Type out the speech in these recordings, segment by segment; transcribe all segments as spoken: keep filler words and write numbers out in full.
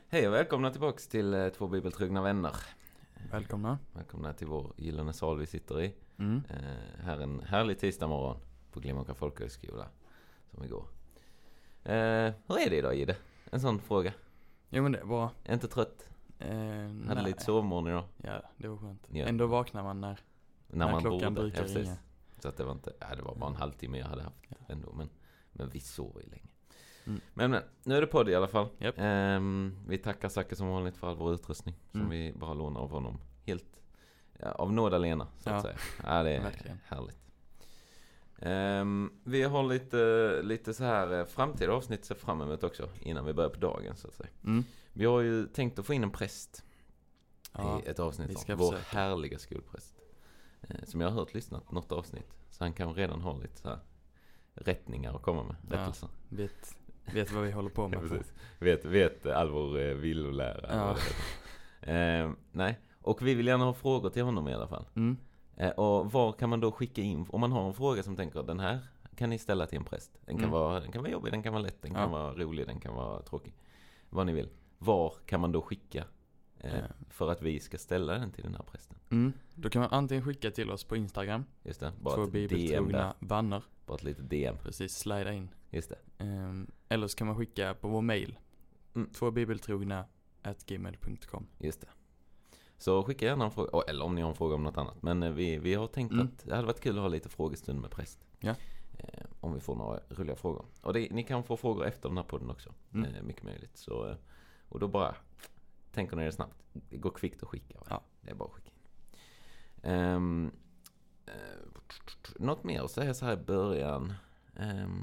Hej och välkomna tillbaks till eh, två bibeltrogna vänner. Välkomna. Välkomna till vår gyllene sal vi sitter i. Mm. Eh, här en härlig tisdag morgon på Glimåkra folkhögskola som igår. Eh, hur är det idag, Gide? En sån fråga. Jo men det var... Är inte trött? Eh, Hade nej. lite sovmorgon idag. Ja, det var skönt. Ja. Ändå vaknar man när, När, när man klockan borde. brukar Ja, ringa. så att det var inte, ja, det var bara en halvtimme jag hade haft Ja. ändå. Men, men vi sov ju länge. Mm. Men, men nu är det podd i alla fall. Japp. Ehm, vi tackar Zacke som vanligt för all vår utrustning. Som Mm. vi bara lånar av honom. Helt ja, av nåd alena, så att Ja. säga. Ja, det är Verkligen. härligt. Ehm, vi har lite, lite så här eh, framtida avsnitt att se fram emot också. Innan vi börjar på dagen, så att säga. Mm. Vi har ju tänkt att få in en präst Ja, i ett avsnitt vi ska om vår försöka. härliga skolpräst. Eh, som jag har hört lyssnat något avsnitt. Så han kan redan ha lite så här rättningar att komma med. Ja. Rättelser. vet, vet vad vi håller på Ja, med. precis. Vet, vet all vår eh, villolära. Ja. eh, nej. Och vi vill gärna ha frågor till honom i alla fall. Mm. Eh, och var kan man då skicka in? Om man har en fråga som tänker den här kan ni ställa till en präst. Den kan, Mm. vara, den kan vara jobbig, den kan vara lätt, den Ja. kan vara rolig, den kan vara tråkig. Vad ni vill. Var kan man då skicka eh, Ja. för att vi ska ställa den till den här prästen? Mm. Då kan man antingen skicka till oss på Instagram. Just det, bara Två ett D M där. bibeltrogna vänner. Bara ett litet D M. Precis, slida in. Just det. Ehm, eller så kan man skicka på vår mail. Mm. två bibeltrogna at gmail punkt com. Just det. Så skicka gärna en fråga, oh, eller om ni har en fråga om något annat. Men eh, vi, vi har tänkt Mm. att det hade varit kul att ha lite frågestund med präst. Ja. Eh, om vi får några roliga frågor. Och det, ni kan få frågor efter den här podden också. Mm. Eh, mycket möjligt. Så, eh, och då bara tänker ni det snabbt. Det går kvickt att skicka. Va? Ja. Det är bara att skicka in. Ehm, eh, något mer att säga så här i början? Ehm,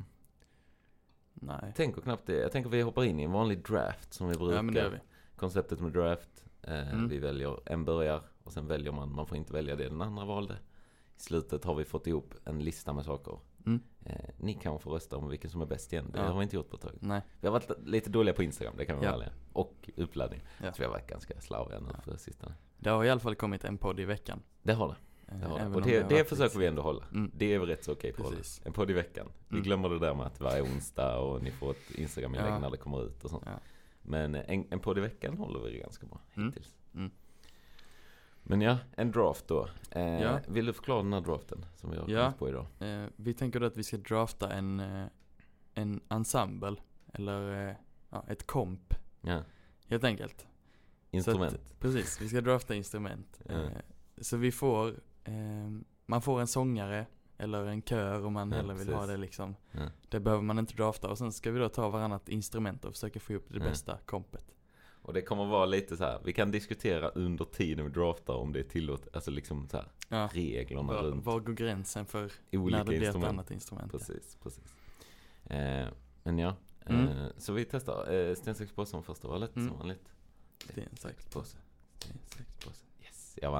Nej. tänker knappt det. Jag tänker vi hoppar in i en vanlig draft som vi brukar. Ja men det gör vi. Konceptet med draft. Eh, Mm. Vi väljer en börjar och sen väljer man. Man får inte välja det den andra valde. I slutet har vi fått ihop en lista med saker. Mm. Eh, ni kan få rösta om vilken som är bäst igen. Det Ja. har vi inte gjort på ett tag. Nej. Vi har varit lite dåliga på Instagram, det kan vi Ja. vara ärliga. Och uppladdning. Ja. Så vi har varit ganska slaviga nu Ja. för sistone. Det har i alla fall kommit en podd i veckan. Det har det. Eh, det, har det. även Och om det, har det varit försöker lite- vi ändå hålla. Mm. Det är väl rätt så okej på hålla. Precis. En podd i veckan. Vi Mm. glömmer det där med att varje onsdag och ni får ett Instagram-inlägg Ja. när det kommer ut och sånt. Ja. Men en, en podd i veckan håller vi det ganska bra Mm. hittills. Mm. Men ja, en draft då. Eh, Ja. Vill du förklara den här draften som vi har Ja. kommit på idag? Eh, vi tänker då att vi ska drafta en, eh, en ensemble. Eller eh, ja, ett komp. Ja. Helt enkelt. Instrument. Så att, precis, vi ska drafta instrument. Ja. Eh, så vi får, eh, man får en sångare. Eller en kör om man Ja, hellre vill precis. ha det liksom. Ja. Det behöver man inte drafta. Och sen ska vi då ta varannat instrument och försöka få ihop det Ja. bästa kompet. Och det kommer vara lite så här. Vi kan diskutera under tiden vi draftar om det är tillåt. Alltså liksom så här. Ja. Reglerna Var, runt var går gränsen för olika när det blir ett instrument. annat instrument? Ja. Precis, precis. Eh, men ja. Mm. Eh, så vi testar. Eh, sten, sax, påse som första valet. Mm. Som vanligt. Sten, sax, påse. Sten, sax, påse. Yes, jag vann.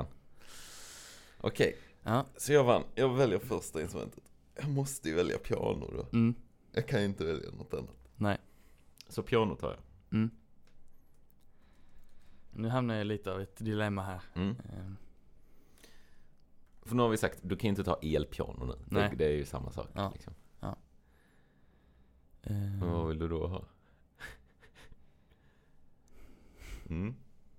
Okej, Ja. så jag vann. Jag väljer första instrumentet. Jag måste ju välja piano då. Mm. Jag kan ju inte välja något annat. Nej. Så piano tar jag. Mm. Nu hamnar jag lite av ett dilemma här. Mm. Ehm, För nu har vi sagt, du kan inte ta elpiano nu. Nej. Det, det är ju samma sak. Ja. Liksom. ehm, Men vad vill du då ha? Mm.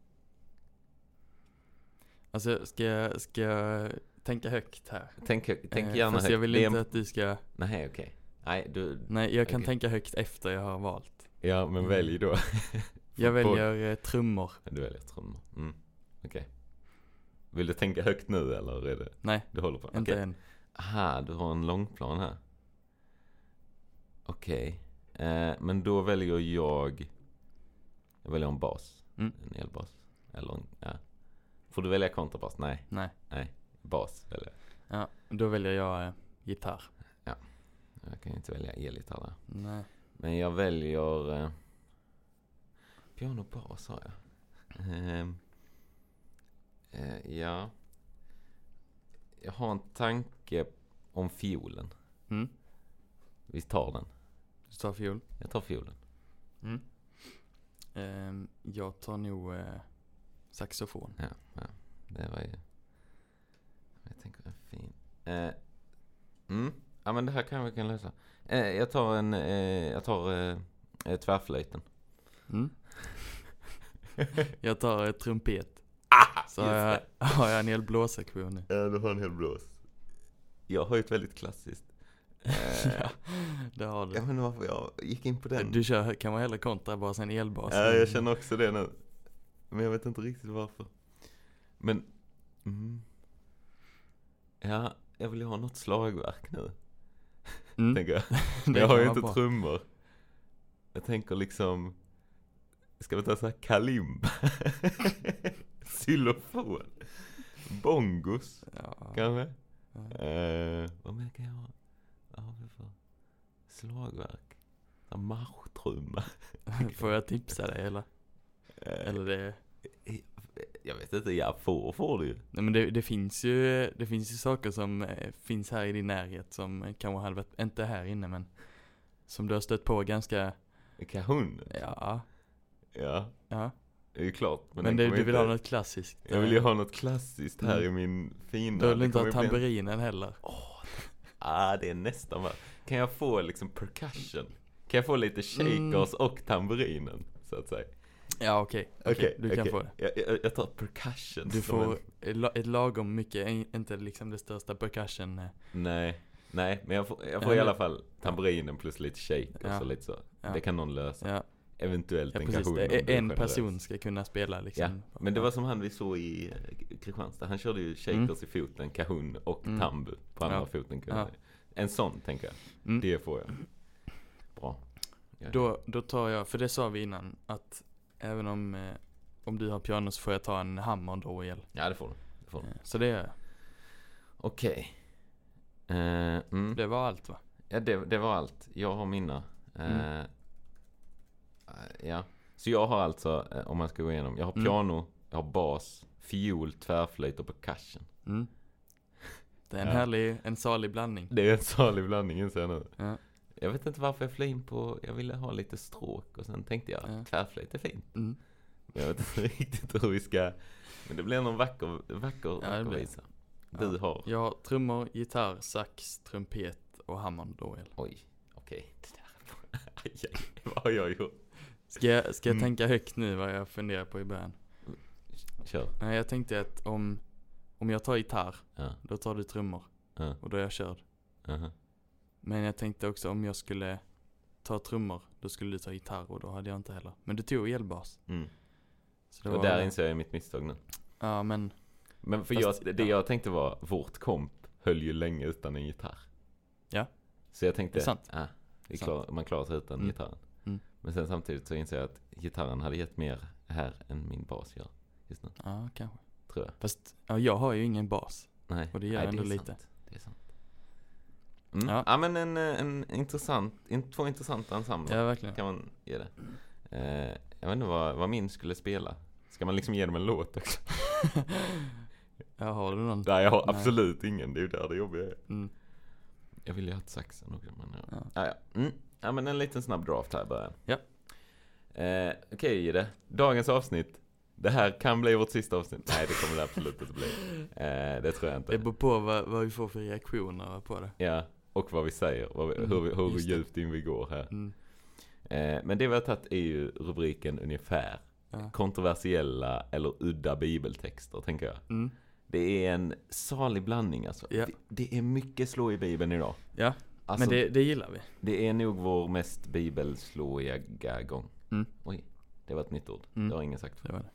Alltså ska jag, ska jag tänka högt här? Tänk, tänk Eh, gärna Fast högt. jag vill Det är inte en- att du ska... Nej, okej. Nej, du... Nej, jag kan Okej. tänka högt efter jag har valt. Ja, men Mm. välj då. Jag På- väljer eh, trummor. Du väljer trummor. Mm. Okej. Vill du tänka högt nu eller är det... Nej, Du håller på? inte Okej. än. Aha, du har en långplan här. Okej. Eh, men då väljer jag... Jag väljer en bas. Mm. En elbas. Eller en... Ja. Får du välja kontrabas? Nej. Nej. Nej. Bas väljer jag. Ja, då väljer jag eh, gitarr. Jag kan inte välja elgitarr där. Nej. Men jag väljer... Eh, piano bas har jag. Ehm, eh, ja. Jag har en tanke om fiolen. Mm. Vi tar den. Du tar fiol. Jag tar fiolen. Mm. Ehm, jag tar nog eh, saxofon. Ja, ja. Det var ju... Jag tänker en fin... Eh, mm. Ja, men det här kan vi kan lösa. Eh, jag tar en... Eh, jag tar eh, tvärflöjten. Mm. Jag tar ett trumpet. Ah, Så har jag, har jag en hel blåsektion nu. Ja, du har en hel blås. Jag har ju ett väldigt klassiskt. Ja, det har du. Jag vet inte varför jag gick in på den. Du kör, kan man hellre kontra bara sen elbas. Ja, jag känner också det nu. Men jag vet inte riktigt varför. Men mm, ja, jag vill ju ha något slagverk nu. Mm. Tänker jag. Det Men jag har kan ju vara inte bra. trummor. Jag tänker liksom, ska vi ta så här kalimba? Xylofon. Bongos. Ja. Kanske. Ja. Eh, vad mer kan jag ha? Vad har vi för slagverk? En marschtrumma. Får jag tipsa dig eller? Eh, Eller det... Jag vet inte, jag får, får du ju. Nej, men det, det finns ju det finns ju saker som eh, finns här i din närhet som kanske hade varit, inte här inne men som du har stött på ganska, Kahun. ja, Ja, ja. det är ju klart. Men, den det, kommer du vill inte- ha något klassiskt. Jag vill ju ha något klassiskt här Mm. i min fina. Du vill det inte ha kommer bli en- tamburinen heller. Ah, det är nästan va. Kan jag få liksom percussion? Kan jag få lite shakers och tamburinen, så att säga? Ja, okej. okej, Okej, du kan okej. få det. Jag, jag, jag tar percussion. Du som får ett la- ett lagom mycket, en- inte liksom det största percussion. eh. En, nej, nej, men jag får, jag Ja, får i men- alla fall tamburinen plus lite shakers Ja. och lite så. Ja. Det kan någon lösa. Ja, Eventuellt ja en precis. kahun. Det om du är en generös. person ska kunna spela liksom. Ja, men det var som han vi såg i eh, Kristianstad. Han körde ju shakers Mm. i foten, kahun och Mm. tambu på andra Ja. foten. Kunde Ja. jag. En sån tänker jag. Mm. Det får jag. Bra. Ja. Då, då tar jag, för det sa vi innan, att även om, eh, om du har piano så får jag ta en Hammond O L. Ja, det får du. Det får du. Eh, Så det gör jag. Okej. Eh, mm. Det var allt va? Ja, det, det var allt. Jag har mina. Eh, Mm. eh, ja. Så jag har alltså, eh, om man ska gå igenom. Jag har Mm. piano, jag har bas, fiol, tvärflöjt och percussion. Mm. Det är en Ja. härlig, en salig blandning. Det är en salig blandning inser jag nu. Ja. Jag vet inte varför jag flög in på, jag ville ha lite stråk och sen tänkte jag, Ja. tvärflöjt är fint. Mm. Men jag vet inte riktigt hur vi ska, men det blir någon vacker, vacker, det vacker blir. visa. Du Ja. har, Jag har trummor, gitarr, sax, trumpet och Hammond O L. oj, okej. Det där- Aj, aj, vad har jag gjort? Ska jag, ska jag Mm. tänka högt nu vad jag funderar på i början? Kör. Nej, jag tänkte att om, om jag tar gitarr, Ja, då tar du trummor. ja, Och då är jag körd. aha. Men jag tänkte också om jag skulle ta trummor, då skulle du ta gitarr och då hade jag inte heller. Men du tog elbas. Mm. Så det Och var, där inser jag mitt misstag nu. Ja, men Men för Fast- jag, det ja. jag tänkte var, vårt komp höll ju länge utan en gitarr. Ja. Så jag tänkte, Det är sant. ah, vi Sant. klar, man klarar sig utan Mm. gitarren. Mm. Men sen samtidigt så inser jag att gitarren hade gett mer här än min bas gör just nu, ja, kanske. tror jag. Fast ja, jag har ju ingen bas. Nej, Och det gör Nej, ändå är lite. Sant. Det är sant. Mm. Ja. Ja. men en, en intressant, in, två intressanta ensembler Ja, verkligen. kan man ge det. Eh, jag vet inte vad, vad min skulle spela. Ska man liksom ge dem en låt också? Ja, har du någon? Nej, jag har Nej. absolut ingen. Det är ju där det jobbiga är. Mm. Jag vill ju ha ett saxen också, men ja. Ja. Ja, ja. Mm. Ja, men en liten snabb draft här i början. Ja. Eh, Okej, Gide. Dagens avsnitt. Det här kan bli vårt sista avsnitt. Nej, det kommer det absolut inte bli. Eh, det tror jag inte. Det beror på vad, vad vi får för reaktioner på det. Ja, och vad vi säger. Vad vi, Mm, hur vi, hur just det. djupt in vi går här. Mm. Eh, men det vi har tagit är ju rubriken ungefär. Ja. Kontroversiella eller udda bibeltexter, tänker jag. Mm. Det är en salig blandning alltså. Ja. Det, det är mycket slå i bibeln idag. Ja, Alltså, men det, det gillar vi. det är nog vår mest bibelslåiga gång. Mm. Oj, det var ett nytt ord. Mm. Det har ingen sagt. Det var det.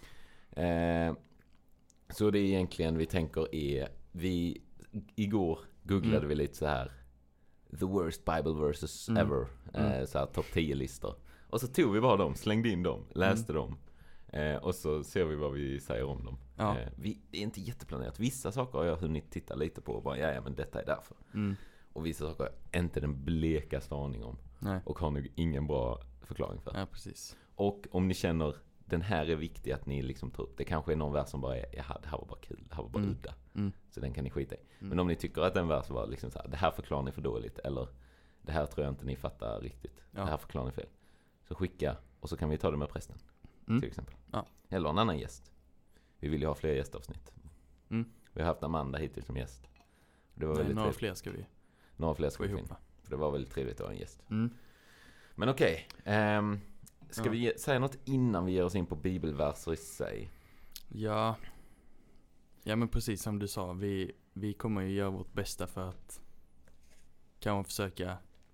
Eh, så det är egentligen vi tänker är, vi igår googlade Mm. vi lite så här the worst bible verses Mm. ever, eh, Mm. så här topp tio listor. Och så tog vi bara dem, slängde in dem, läste dem. Eh, och så ser vi vad vi säger om dem. Ja. Eh, vi, det är inte jätteplanerat. Vissa saker har jag hunnit titta lite på och bara, ja, ja men detta är därför. Mm. Och vissa saker har jag inte den blekaste aning om. Nej. Och har nog ingen bra förklaring för. Ja, precis. Och om ni känner, den här är viktig att ni liksom tar upp. Det kanske är någon vers som bara är, jaha, det här var bara kul, det här var bara Mm. udda. Mm. Så den kan ni skita i. Mm. Men om ni tycker att den vers var liksom så här, det här förklarar ni för dåligt. Eller, det här tror jag inte ni fattar riktigt. Ja. Det här förklarar ni fel. Så skicka, och så kan vi ta det med prästen. Mm. Till exempel. Ja. Eller en annan gäst. Vi vill ju ha fler gästavsnitt. Mm. Vi har haft Amanda hittills som gäst. Det var Nej, väldigt några trevligt. fler ska vi Några fler ska få vi få ihop in. va? För det var väldigt trevligt att ha en gäst. Mm. Men okej. ehm, Ska Ja. vi ge, säga något innan vi ger oss in på bibelverser i sig? Ja, ja men precis som du sa, vi, vi kommer ju göra vårt bästa för att kanske försöka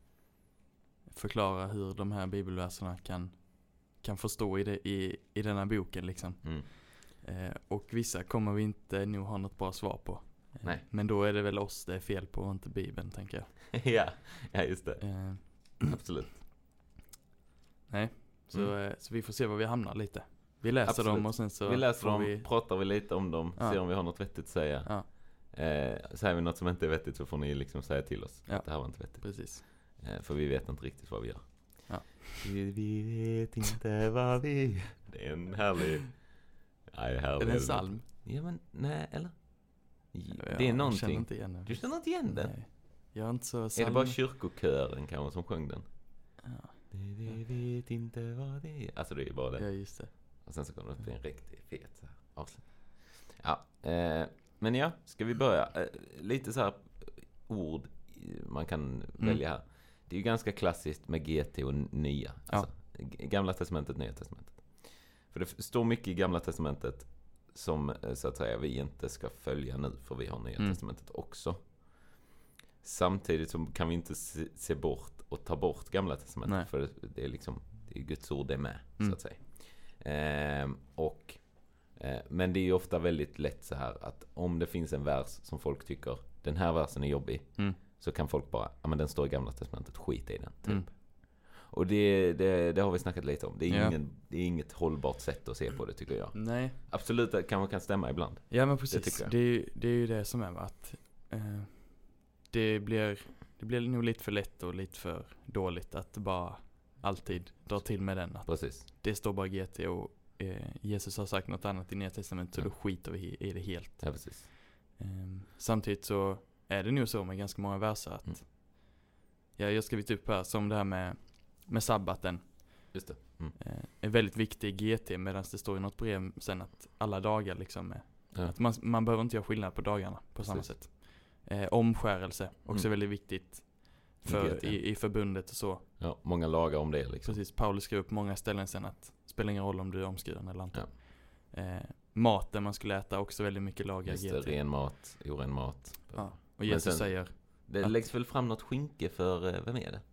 förklara hur de här bibelverserna kan, kan förstå i, det, i, i denna boken liksom. Mm. Eh, och vissa kommer vi inte nog ha något bra svar på. Eh, Nej. Men då är det väl oss det är fel på och inte Bibeln, tänker jag. ja, ja, just det. Eh, Absolut. nej, så, Mm. eh, så vi får se var vi hamnar lite. Vi läser Absolut. dem och sen så vi läser får dem, vi... pratar vi lite om dem, Ja. ser om vi har något vettigt att säga. Ja, Eh, säger vi något som inte är vettigt så får ni liksom säga till oss Ja. att det här var inte vettigt. precis. Eh, för vi vet inte riktigt vad vi gör. Ja. Vi, vi vet inte vad vi... Det är en härlig... Nej, härlig Är det en psalm? Ja, men nej, eller? Ja, Jag det är känner någonting. inte igen den. Du känner inte igen den? Nej. Jag är inte så Är det psalm... bara kyrkokören kanske som sjöng den? Ja, Vi vet inte vad det är. Alltså det är ju bara det. ja, just det. Och sen så kommer det upp en riktigt fet så här avslut. Ja, eh, men ja, ska vi börja? Eh, lite så här ord man kan välja här. Det är ju ganska klassiskt med G T och nya. Alltså, G- Gamla testamentet, nya testamentet. För det f- står mycket i Gamla testamentet som eh, så att säga vi inte ska följa nu, för vi har nya Mm. testamentet också. Samtidigt så kan vi inte se, se bort och ta bort Gamla testamentet. Nej. För det, det är liksom det är Guds ord det med, Mm. så att säga. Ehm, och, eh, men det är ju ofta väldigt lätt så här att om det finns en vers som folk tycker den här versen är jobbig, Mm. så kan folk bara, ja men den står i Gamla testamentet, skit i den typ. Mm. Och det, det, det har vi snackat lite om. Det är, Ja. ingen, det är inget hållbart sätt att se på det, tycker jag. Nej. Absolut, det kan man kan stämma ibland. Ja, men Det precis. tycker jag. Det, är ju, det är ju det som är va, att eh, det blir det blir nog lite för lätt och lite för dåligt att bara alltid dra till med den. Att Precis. det står bara G T och eh, Jesus har sagt något annat i Nya testamentet, så Ja. då skiter vi i, i det helt. Ja, precis. Ehm, samtidigt så är det nog så med ganska många verser att Mm. ja, jag skrivit upp här som det här med, med sabbaten Just det. Mm. eh, är väldigt viktig i G T, medan det står i något brev sen att alla dagar liksom är, Ja. att man, man behöver inte göra skillnad på dagarna på samma Precis. sätt. Eh, omskärelse, också Mm. väldigt viktigt I för, G T. i, i förbundet och så. Ja, många lagar om det liksom. Precis, Paulus skrev upp många ställen sen att det spelar ingen roll om du är omskuren eller inte. Ja. Eh, maten man skulle äta, också väldigt mycket lagar i Just G det, T. ren mat, oren mat. Ja. Och Men Jesus sen- säger, Det Att- läggs väl fram något skynke för, eh, vem är det?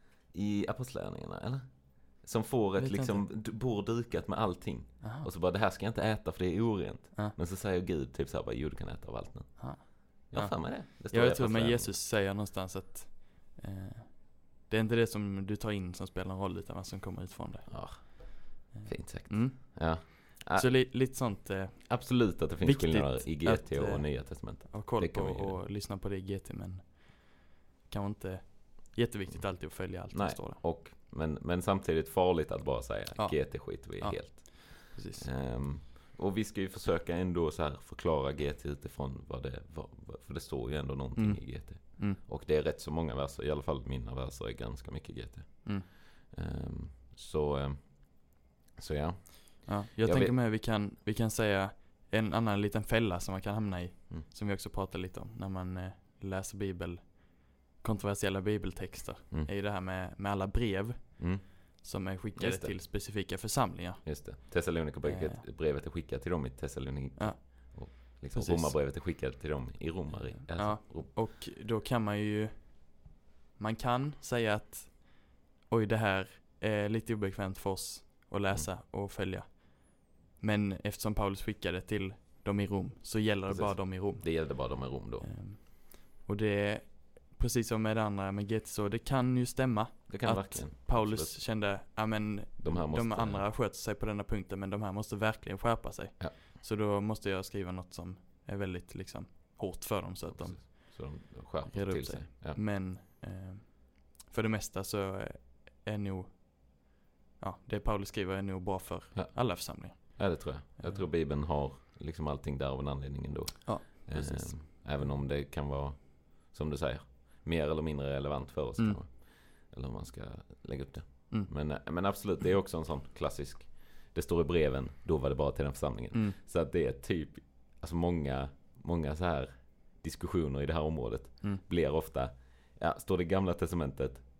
I apostlärningarna, eller? Som får ett Vet liksom d- bord dukat med allting. aha, Och så bara, det här ska jag inte äta för det är orent. Ja. Men så säger Gud typ så här, bara, jo du kan äta av allt nu. aha. Jag har Ja. för mig det. Det står Ja, i jag tror men apostlärningarna. Jesus säger någonstans att eh, det är inte det som du tar in som spelar en roll, utan vad som kommer ut från det. Ja, fint sagt. Mm. Ja. Ja. Så li, lite sånt eh, Absolut att det finns Viktigt skillnader i G T att, och eh, Nya testamentet. ha koll Det på kan vi ju. och lyssna på det i G T, men kanske inte jätteviktigt alltid att följa allt som Nej, står där. och, men, men samtidigt farligt att bara säga Ja. G T skiter vi i Ja. helt. Precis. Ehm, och vi ska ju försöka ändå så här förklara G T utifrån vad det vad, vad- för det står ju ändå någonting Mm. i G T. Mm. Och det är rätt så många verser, i alla fall mina verser är ganska mycket G T. Mm. Ehm, så, ehm, så ja. Ja, jag, Jag tänker vet- med vi kan, vi kan säga en annan liten fälla som man kan hamna i, Mm. som vi också pratar lite om när man eh, läser bibel, kontroversiella bibeltexter, Mm. är ju det här med, med alla brev Mm, som är skickade Just det. till specifika församlingar. just det. Thessalonikerbrevet brevet är skickat till dem i Thessalonika. Ja. Och liksom Precis. Romarbrevet är skickat till dem i Romari. Ja. Alltså, Rom- Och då kan man ju, man kan säga att oj, det här är lite obekvämt för oss att läsa Mm. och följa. Men eftersom Paulus skickade till dem i Rom, så gäller Precis. det bara dem i Rom. Det gällde bara dem i Rom då. Ehm, och det är precis som med det andra med G T, så det kan ju stämma Det kan att verkligen. Paulus absolut. kände, ja men De här måste- de andra sköter sig på denna punkten, men de här måste verkligen skärpa sig. Ja. Så då måste jag skriva något som är väldigt liksom hårt för dem, så att de, Precis. Så de de skärper reder upp till sig. sig. Ja. men eh, för det mesta så är nog, ja, det Paulus skriver är nog bra för Ja. alla församlingar. Ja, det tror jag. Jag Ja. tror Bibeln har liksom allting där av en anledning ändå. Ja, precis. Ehm, även om det kan vara, som du säger, mer eller mindre relevant för oss. Mm. kanske. Eller hur man ska lägga upp det. Mm. Men, eh, men absolut, det är också en sån klassisk. Det står i breven, då var det bara till den församlingen. Mm. Så att det är typ, alltså många, många så här diskussioner i det här området Mm. blir ofta, ja, står det i Gamla testamentet, då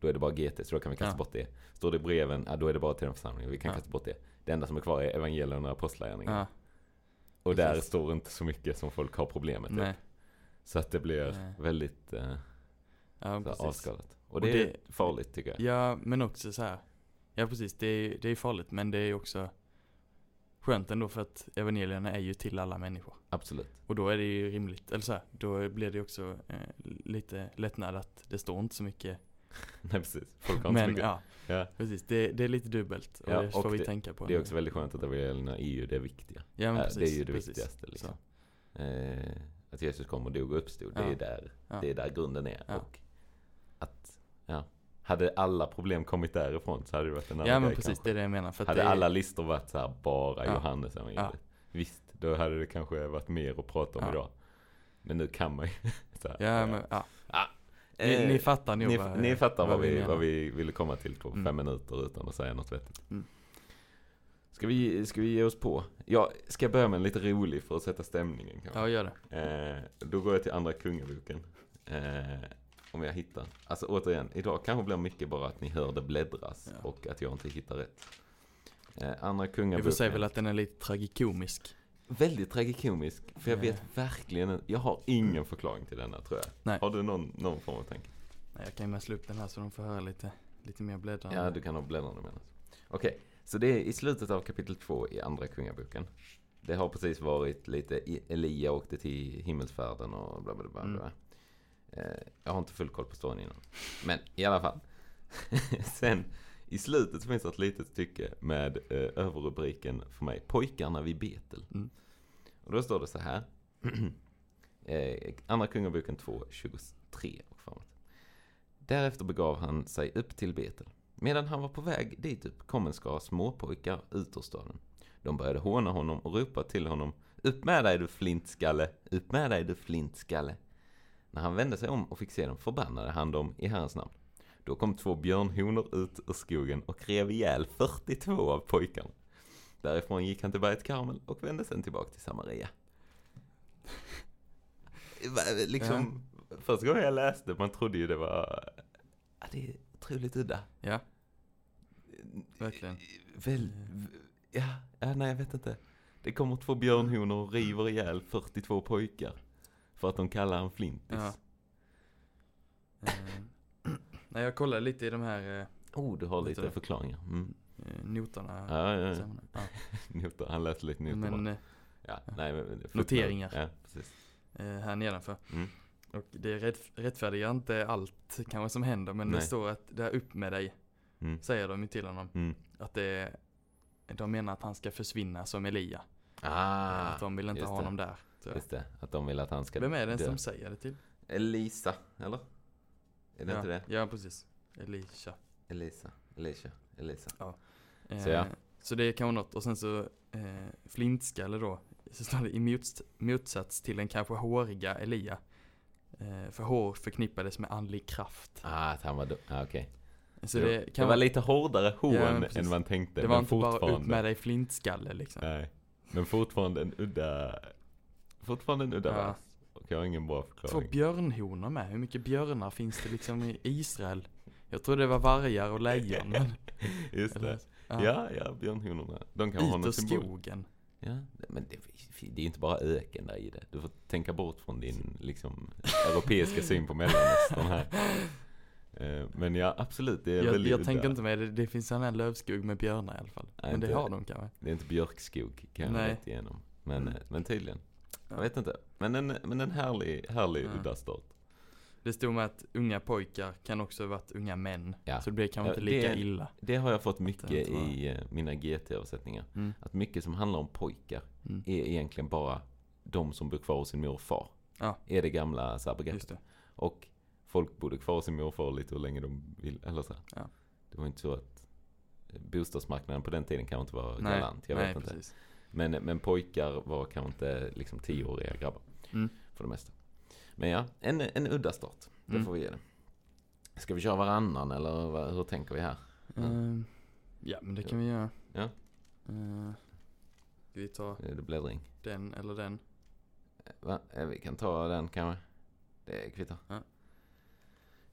då är det bara G T, så då kan vi kasta Ja. bort det. Står det i breven, ja, då är det bara till den församlingen, vi kan Ja. kasta bort det. Det enda som är kvar är evangelierna och apostlagärningarna. Ja, och där precis. står inte så mycket som folk har problemet nej. typ. Så att det blir Nej. väldigt eh, Ja, så precis. avskalat. Och Och det är det- farligt tycker jag. Ja, men också så här. Ja, precis. Det är, det är farligt, men det är också skönt ändå för att evangelierna är ju till alla människor. Absolut. Och då är det ju rimligt, eller så här, då blir det också eh, lite lättnad att det står inte så mycket. Nej, precis. Folk har inte så Men mycket. ja, Ja. precis. Det, det är lite dubbelt. Och Ja, det får och vi det- tänka på. Det är också väldigt skönt att evangelierna är ju det viktiga. Ja, men Ja, precis, det är ju det precis. viktigaste liksom. Så. Eh, att Jesus kom och dog och uppstod, det Ja. är där Ja. det är där grunden är. Ja. Och att, ja, hade alla problem kommit därifrån så hade det varit en annan Ja, men grej precis. kanske. Det är det jag menar. För att Hade det är, alla listor varit så här bara Ja. Johannes evangeliet. Ja. Visst, då hade det kanske varit mer att prata om Ja. idag. Men nu kan man ju så här, Ja, men ja. Ah, Ni, eh, ni fattar nog ni, vad, ni fattar vad, vi, menar. vad vi ville komma till på Mm. fem minuter utan att säga något vettigt. Mm. Ska vi, ska vi ge oss på? Jag ska börja med en lite rolig för att sätta stämningen kanske. Ja, gör det. Eh, då går jag till andra kungaboken. Eh, om jag hittar. Alltså återigen, idag kanske blir mycket bara att ni hör det bläddras Ja. och att jag inte hittar rätt. Eh, andra Jag kungaboken. får säga väl att den är lite tragikomisk. Väldigt tragikomisk. För jag Eh. vet verkligen, jag har ingen förklaring till denna tror jag. Nej. Har du någon, någon form av tanke? Nej, jag kan ju med slå upp den här så de får höra lite, lite mer bläddrande. Ja, du kan ha bläddrande med oss. Okej, så det är i slutet av kapitel två i andra kungaboken. Det har precis varit lite, Elia åkte till himmelsfärden och bla bla bla. bla. Mm. Eh, jag har inte full koll på storyn innan. Men i alla fall. Sen i slutet så finns det ett litet stycke med eh, överrubriken för mig, Pojkarna vid Betel. Mm. Och då står det så här. eh, andra kungaboken två, tjugotre och framåt. Därefter begav han sig upp till Betel. Medan han var på väg dit upp kom en skara småpojkar ut ur staden. De började håna honom och ropa till honom: upp med dig du flintskalle, upp med dig du flintskalle. När han vände sig om och fick se dem förbannade han dem i Herrens namn. Då kom två björnhonor ut ur skogen och rev ihjäl fyrtiotvå av pojkarna. Därifrån gick han till berget Karmel och vände sen tillbaka till Samaria. Liksom, första gången jag läste, man trodde ju det var, ja, det är otroligt udda. Ja, verkligen. Väl, ja, ja, nej jag vet inte. Det kommer två björnhonor och river ihjäl fyrtiotvå pojkar. För att de kallar han flintis. Ja. Eh, nej, jag kollade lite i de här eh, Oh, du har Vet lite du det? förklaringar. Mm. eh, noterna. Ja, ja, ja. Sammanhang. Ja. Noter, han läste lite noter. Men bara. eh, Ja, nej, men, Noteringar. Ja, precis. eh, här nedanför. Mm. Och det rätt, rättfärdigar inte allt kanske som händer, men Nej. det står att det är upp med dig, Mm. säger de ju till honom. Mm. Att det, de menar att han ska försvinna som Elia. Ah, att de vill inte just ha det. honom där. Så. Just det, att de vill att han ska Vem är det dö. som säger det till? Elisa, eller? Är det ja. inte det? Ja, precis. Elisha. Elisa, Elisha, Elisa. Eh, Så ja. så det är kanske något. Och sen så eh, flintskalle då. Så står det i mots- motsats till den kanske håriga Elia. Eh, för hår förknippades med andlig kraft. Ah, att han var då. Ah, okej. Så det, det, det kan var vara, lite hårdare hån Ja, men precis. än man tänkte. det var men inte bara upp fortfarande- med dig flintskalle liksom. Nej, men fortfarande en udda. Fortfarande en udda Ja. vers. Och jag har ingen bra Två förklaring. björnhonor med. Hur mycket björnar finns det liksom i Israel? Jag tror det var vargar och lejon. Men, Just eller- det. Ja, ja, björnhonorna. De kan ha Ut någon ur symbol. skogen. Ja, men det, det är inte bara öken där i det. Du får tänka bort från din liksom europeiska syn på Mellanöstern här. Eh, Men ja, absolut. Det är Jag, väldigt jag udda. tänker inte med det. Det finns en här lövskog med björnar i alla fall. Nej, men det inte- har de kanske. Det är inte björkskog kan jag Nej. rätt igenom. Men, Mm. eh, men tydligen. Jag Ja. vet inte. Men en, men en härlig, härlig Ja. udda start. Det stod med att unga pojkar kan också ha varit unga män. Ja. Så det blir kanske Ja, inte lika det- illa. Det har jag fått Det mycket inte var- i eh, mina G T-översättningar. Mm. Att mycket som handlar om pojkar Mm. är egentligen bara de som bor kvar hos sin mor och far. Ja. Är det gamla så här begreppet. Just det. Och folk bodde kvar hos sin mor och far lite hur länge de vill. Eller så här. Ja. Det var inte så att eh, bostadsmarknaden på den tiden kan inte vara Nej, galant. Jag nej vet inte. precis. Men, men pojkar var kanske inte liksom tioåriga grabbar. Mm. För det mesta. Men ja, en, en udda start. Det Mm. får vi ge det. Ska vi köra varannan eller vad, hur tänker vi här? Ehm, ja, men det kan vi göra. Ja. Uh, ska vi ta Är det bläddring? den eller den? Va? Eh, Vi kan ta den kanske. Det kvittar. Ja.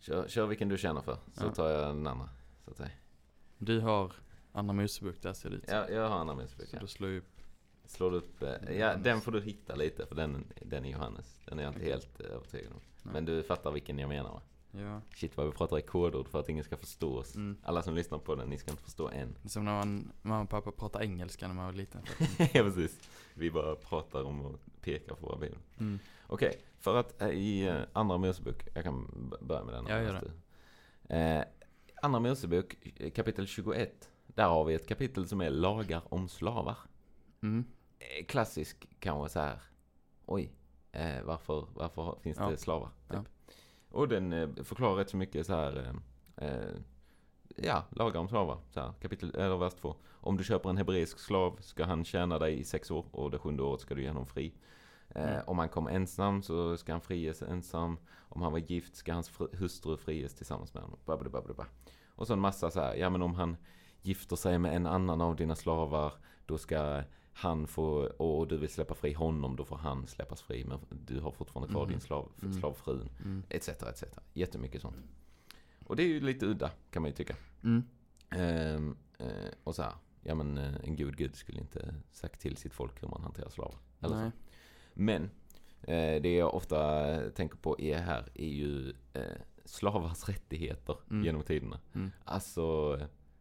Kör, kör vilken du känner för, så Ja. tar jag den andra. Så att säga. Du har Anna Mosebok, där ser det ut. Ja, jag har Anna Mosebok. Så Ja. du slår upp. Slår du upp, eh, ja, den får du hitta lite, för den, den är Johannes. Den är jag inte Okej. helt eh, övertygad om. Nej. Men du fattar vilken jag menar, va? Ja. Shit vad vi pratar i kodord för att ingen ska förstå oss. Mm. Alla som lyssnar på den, ni ska inte förstå än. Det är som när man, mamma och pappa pratade engelska när man var liten. Ja, precis. Vi bara pratar om och pekar på våra biblar. Mm. Okej, för att eh, i eh, Andra Mosebok, jag kan b- börja med den. Ja, gör det. Eh, Andra Mosebok, eh, kapitel tjugoett. Där har vi ett kapitel som är lagar om slavar. Mm. Eh, klassisk kanske så här. Oj, eh, varför, varför finns Ja. det slavar? Typ. Ja. Och den eh, förklarar rätt så mycket så här. Eh, eh, ja, lagar om slavar. Så här, kapitel, eller vers två. Om du köper en hebreisk slav ska han tjäna dig i sex år och det sjunde året ska du ge honom fri. Eh, Mm. Om han kom ensam så ska han friges ensam. Om han var gift ska hans fru, hustru friges tillsammans med honom. Blablabla. Och så en massa så här. Ja, men om han gifter sig med en annan av dina slavar, då ska han få, och du vill släppa fri honom, då får han släppas fri. Men du har fortfarande kvar Mm. din slav, Mm. slavfrun. Mm. Etc, et cetera. Jättemycket sånt. Och det är ju lite udda, kan man ju tycka. Mm. Ehm, eh, och så här. Ja, men eh, en god gud skulle inte sagt till sitt folk hur man hanterar slavar. Eller så. Nej. Men eh, det jag ofta tänker på är här är ju eh, slavars rättigheter Mm. genom tiderna. Mm. Alltså,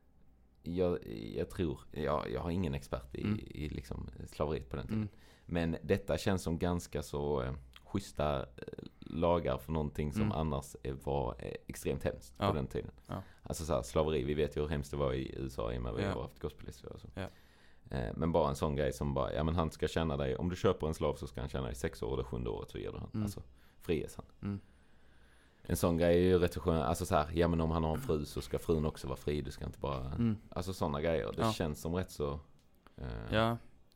jag, jag tror, jag, jag har ingen expert i, Mm. i liksom slaveriet på den tiden. Mm. Men detta känns som ganska så eh, schyssta eh, lagar för någonting som Mm. annars eh, var eh, extremt hemskt Ja. på den tiden. Ja. Alltså så här, slaveri, vi vet ju hur hemskt det var i U S A i och med vi Ja. har haft gospelist och så. Ja. Eh, men bara en sån grej som bara, ja men han ska tjäna dig, om du köper en slav så ska han tjäna dig sex år och det sjunde året så ger du han. Mm. Alltså, friges han. Mm. En sån grej är ju rätt så skön, alltså så här, ja men om han har en fru så ska frun också vara fri, du ska inte bara, Mm. alltså såna grejer, det Ja. känns som rätt så, eh, Ja.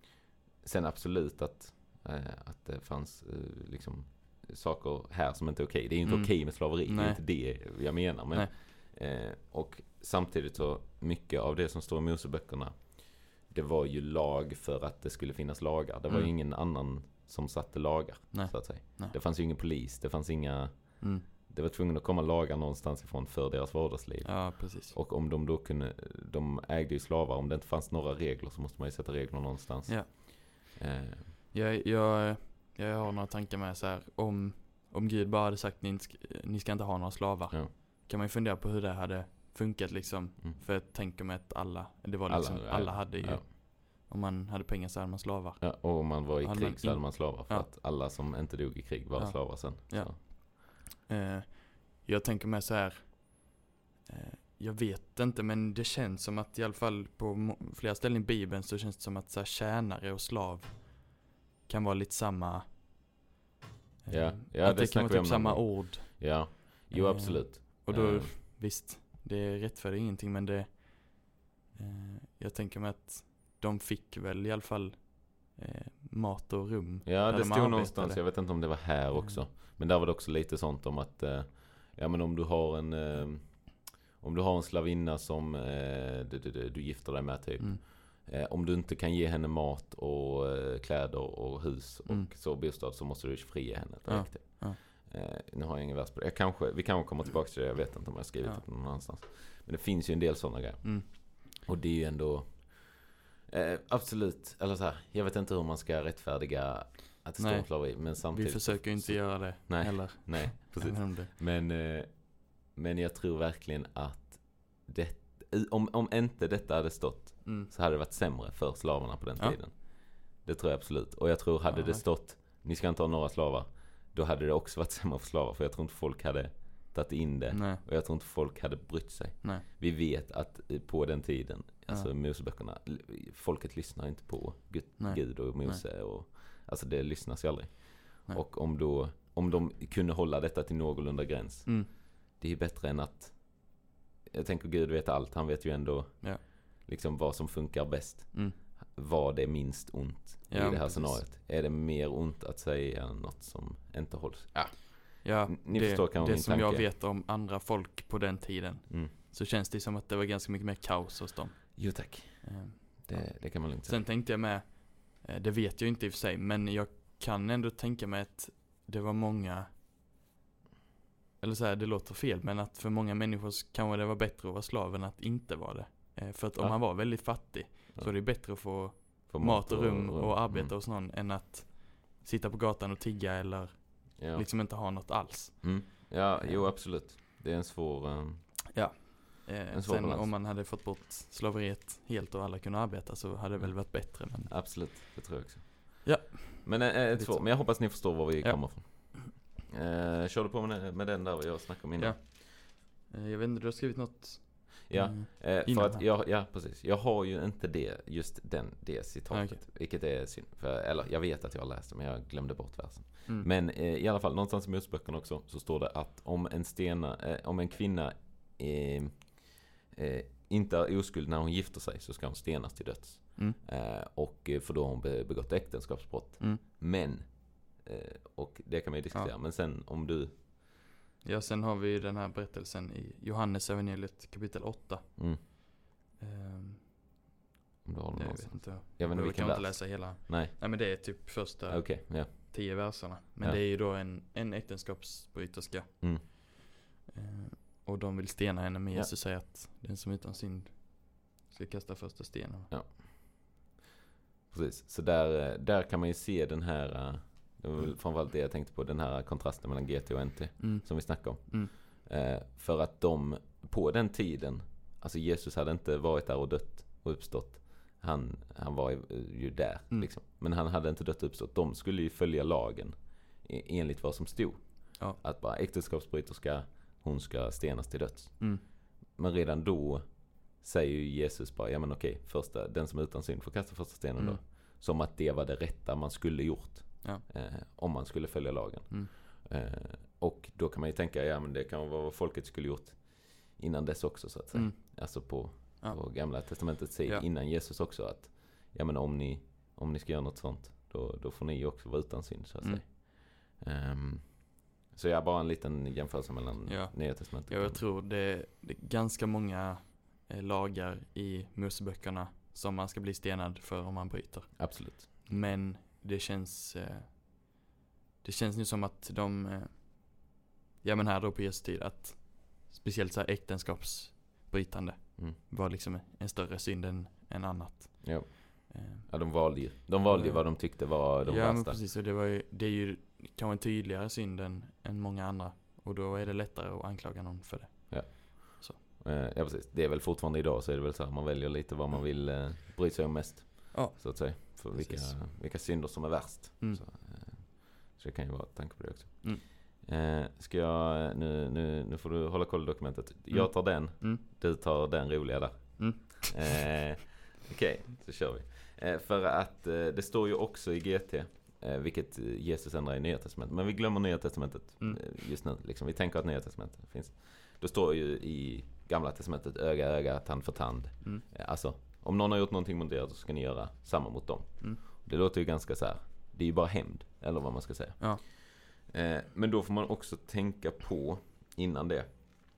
sen absolut att, eh, att det fanns eh, liksom saker här som inte är okej, det är ju inte Mm. okej med slaveri, det Nej. är inte det jag menar, men eh, och samtidigt så mycket av det som står i Moseböckerna, det var ju lag för att det skulle finnas lagar, det var Mm. ju ingen annan som satte lagar, Nej. så att säga. Nej. Det fanns ju ingen polis, det fanns inga, Mm. det var tvungen att komma lagar någonstans ifrån för deras vardagsliv. Ja, precis. Och om de då kunde, de ägde ju slavar, om det inte fanns några regler så måste man ju sätta regler någonstans. Ja. Eh, Jag, jag, jag har några tankar med så här, om, om Gud bara hade sagt ni ska, ni ska inte ha några slavar. Ja. Kan man ju fundera på hur det hade funkat liksom. Mm. För jag tänker mig att alla, det var Alla, liksom, ja. alla hade ju, Ja. om man hade pengar så hade man slavar. ja, och om man var i Hade krig man så hade in- man slavar för Ja. att alla som inte dog i krig var Ja. slavar sen. Ja. Så. Eh, jag tänker mig så här, eh, jag vet inte men det känns som att i alla fall på må- flera ställen i Bibeln så känns det som att så här, tjänare och slav kan vara lite samma. eh, Ja, ja, att det det kan snackar vara vi om typ samma någon ord. Ja, jo Eh, absolut. Och då, Eh, visst, det rättfärdigar ingenting men det, eh, jag tänker mig att de fick väl i alla fall eh, mat och rum. Ja, där det de stod arbetade. någonstans, jag vet inte om det var här Mm. också. Men där var det också lite sånt om att, eh, ja men om du har en, eh, om du har en slavinna som eh, du, du, du, du gifter dig med typ. Mm. Eh, om du inte kan ge henne mat och eh, kläder och hus och Mm. så bostad så måste du frige henne Ja, direkt. ja. Eh, nu har jag ingen vers på det. Jag kanske, vi kanske kommer tillbaka till det, jag vet inte om jag har skrivit Ja. det någon annanstans. Men det finns ju en del sådana grejer. Mm. Och det är ju ändå eh, absolut, eller så här, jag vet inte hur man ska rättfärdiga att det står Nej. om slaveri, men Vi samtidigt försöker ju inte så, göra det Nej. heller. Nej, precis. Även om det. Men, eh, men jag tror verkligen att det, om, om inte detta hade stått Mm. så hade det varit sämre för slavarna på den Ja. tiden. Det tror jag absolut. Och jag tror hade Ja, det stått ni ska inte ha några slavar, då hade det också varit sämre för slavar. För jag tror inte folk hade tagit in det. Nej. Och jag tror inte folk hade brytt sig. Nej. Vi vet att eh, på den tiden, alltså Ja. Moseböckerna, l- folket lyssnar inte på Gud, Nej. Gud och Mose. Och, alltså det lyssnas ju aldrig. Nej. Och om, då, om de kunde hålla detta till någorlunda gräns, Mm. det är ju bättre än att, jag tänker Gud vet allt, han vet ju ändå Ja. liksom vad som funkar bäst. Mm. Vad det är minst ont Ja, i det här precis. scenariot. Är det mer ont att säga något som inte hålls? Ja. Ja, N- ni det, förstår kanske det min som jag tanke. vet om andra folk på den tiden, Mm. så känns det som att det var ganska mycket mer kaos hos dem. Jo tack. Eh, Det, det kan man lugnt säga. Sen tänkte jag med, eh, det vet jag inte i och för sig, men jag kan ändå tänka mig att det var många, eller så här, det låter fel, men att för många människor kan det vara bättre att vara slav än att inte vara det. Eh, för att om Ja. man var väldigt fattig Ja. så är det bättre att få För mat och rum och, och arbeta mm. hos någon än att sitta på gatan och tigga eller Ja. liksom inte ha något alls. Mm. Ja, jo absolut. Det är en svår... Um... Eh, En svår sen balans. om man hade fått bort slaveriet helt och alla kunde arbeta så hade det väl varit bättre. Men... Absolut, det tror jag också. Ja. Men, äh, Lite svår. så. Men jag hoppas ni förstår var vi Ja. kommer från. Eh, kör du på med, med den där jag snackade om innan? Ja. Eh, jag vet inte, du har skrivit något? Ja, Mm. eh, för Innan att här. jag, ja precis. Jag har ju inte det, just den, det citatet. Ah, okej. Vilket är synd. För, eller jag vet att jag har läst det, men jag glömde bort versen. Mm. Men eh, i alla fall, någonstans i Moseböckerna också, så står det att om en, stena, eh, om en kvinna eh, eh, inte är oskuld när hon gifter sig så ska hon stenas till döds. Mm. Eh, och eh, för då har hon be- begått äktenskapsbrott. Mm. Men, eh, och det kan man ju diskutera, Ja. men sen om du... Ja, sen har vi den här berättelsen i Johannes evangeliet kapitel åtta. Mm, Ehm, om du har den jag någonstans. vet inte. Jag vet inte Jag vilken kan inte vers. läsa hela. Nej, Nej, men det är typ första okej, ja. tio verserna. Men Ja. det är ju då en, en äktenskapsbryterska. Mm. Ehm, och de vill stena henne, men Ja. Jesus säger att den som utan synd ska kasta första stenen. Precis, så där, där kan man ju se den här, eh, det var väl framförallt det jag tänkte på, den här kontrasten mellan G T och N T Mm. som vi snackade om. Mm. Eh, för att de, på den tiden, alltså Jesus hade inte varit där och dött och uppstått. Han, han var ju, ju där, Mm. liksom. Men han hade inte dött och uppstått. De skulle ju följa lagen e- enligt vad som stod. Ja. Att bara äktenskapsbryterska, hon ska stenas till döds. Mm. Men redan då säger ju Jesus bara, ja men okej, första, den som är utan synd får kasta första stenen Mm. då. Som att det var det rätta man skulle gjort. Ja. Eh, om man skulle följa lagen. Mm. Eh, och då kan man ju tänka, ja men det kan vara vad folket skulle gjort innan dess också så att säga. Mm. Alltså på, Ja. på gamla testamentets tid, Ja. innan Jesus också, att ja men om ni, om ni ska göra något sånt, då, då får ni också vara utan synd så att Mm. säga. Ehm, så jag bara en liten jämförelse mellan Ja. Nya testamentet. Ja, jag tror det, det är ganska många eh, lagar i Moseböckerna som man ska bli stenad för om man bryter. Absolut. Men det känns eh, det känns nu som att de eh, ja men här då på Jesu tid att speciellt så här äktenskapsbrytande Mm. var liksom en större synd än, än annat. Ja. Eh, Ja, de valde ju. De valde ju Ja. vad de tyckte var de ja men värsta. precis, och det, var ju, det är ju kanske en tydligare synd än, än många andra. Och då är det lättare att anklaga någon för det. Eh, ja, precis. Det är väl fortfarande idag så är det väl så här, man väljer lite vad man vill eh, bry sig om mest. Ja. Så att säga. För vilka, Precis. vilka synder som är värst. Mm. Så, eh, så det kan ju vara ett tanke på det också. Mm. Eh, ska jag, nu, nu, nu får du hålla koll i dokumentet. Mm. Jag tar den, Mm. du tar den roliga där. Mm. Eh, Okej, så kör vi. Eh, för att eh, det står ju också i G T, eh, vilket Jesus ändrar i Nya testamentet. Men vi glömmer Nya testamentet Mm. eh, just nu. Liksom. Vi tänker att Nya testamentet finns. Då står ju i Gamla testamentet öga, öga, tand för tand. Mm. Eh, Alltså, om någon har gjort någonting mot er så ska ni göra samma mot dem. Mm. Det låter ju ganska så här. Det är ju bara hämnd, eller vad man ska säga. Ja. Eh, men då får man också tänka på, innan det,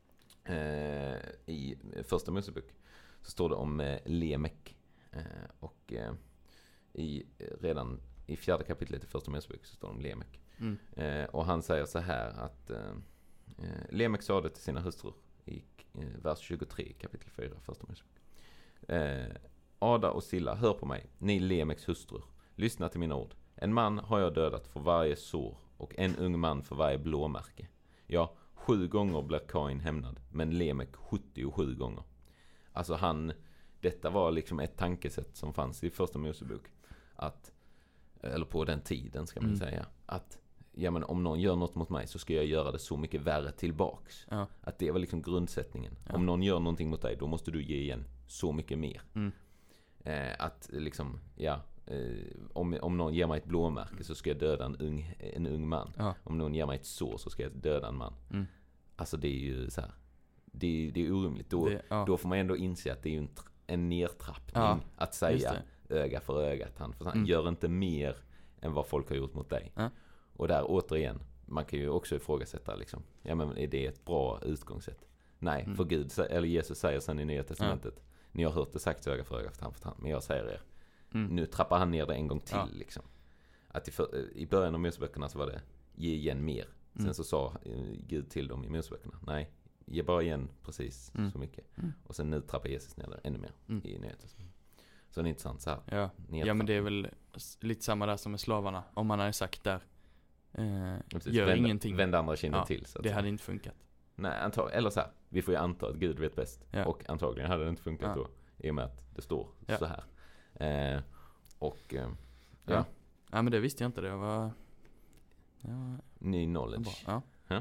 eh, i första Mosebok så står det om eh, Lemek. Eh, och eh, i, redan i fjärde kapitlet i första Mosebok så står det om Lemek. Mm. Eh, och han säger så här att eh, eh, Lemek sa det till sina hustrur i eh, vers tjugotre kapitel fyra första Mosebok. Eh, Ada och Silla, hör på mig, ni Lemeks hustrur. Lyssna till mina ord. En man har jag dödat för varje sår och en ung man för varje blåmärke. Ja, sju gånger blir Kain hämnad, men Lemek sjuttiosju gånger. Alltså han, detta var liksom ett tankesätt som fanns i första Mosebok. Att, eller på den tiden ska man Mm. säga, att ja, men om någon gör något mot mig så ska jag göra det så mycket värre tillbaks. Ja. Att det var liksom grundsättningen. Ja. Om någon gör någonting mot dig, då måste du ge igen så mycket mer. Mm. Eh, att liksom, ja, eh, om, om någon ger mig ett blåmärke så ska jag döda en ung, en ung man. Ja. Om någon ger mig ett sår så ska jag döda en man. Mm. Alltså det är ju så här, det, det är orimligt. Då, Det, ja. då får man ändå inse att det är ju en, tr- en nedtrappning Ja, att Just säga det. öga för öga, tand för tand. Mm. Gör inte mer än vad folk har gjort mot dig. Ja. Och där återigen, man kan ju också ifrågasätta liksom, ja men är det ett bra utgångssätt? Nej, Mm. för Gud, sä- eller Jesus säger sen i Nya testamentet, ni har hört det sagt öga för öga, tand för tand, men jag säger er, Mm. nu trappar han ner det en gång till Ja. liksom. Att i, för, i början av Moseböckerna så var det ge igen mer. Sen Mm. så sa eh, Gud till dem i Moseböckerna, nej, ge bara igen precis Mm. så mycket. Mm. Och sen nu trappar Jesus ner det ännu mer Mm. i Nya Testamentet. Så det är intressant så här. Ja. ja, men det är väl s- lite samma där som med slavarna. Om man hade sagt där, eh, Precis. gör Vänd, ingenting. Vänd andra kinden Ja, till. Så att Det säga. hade inte funkat. Nej, antag- eller så här, vi får ju anta att Gud vet bäst. Ja. Och antagligen hade det inte funkat Ja. då. I och med att det står Ja. så här. Eh, och eh, Ja. ja, Ja, men det visste jag inte. Det var... Ja, ny bra. knowledge. Ja. Ja.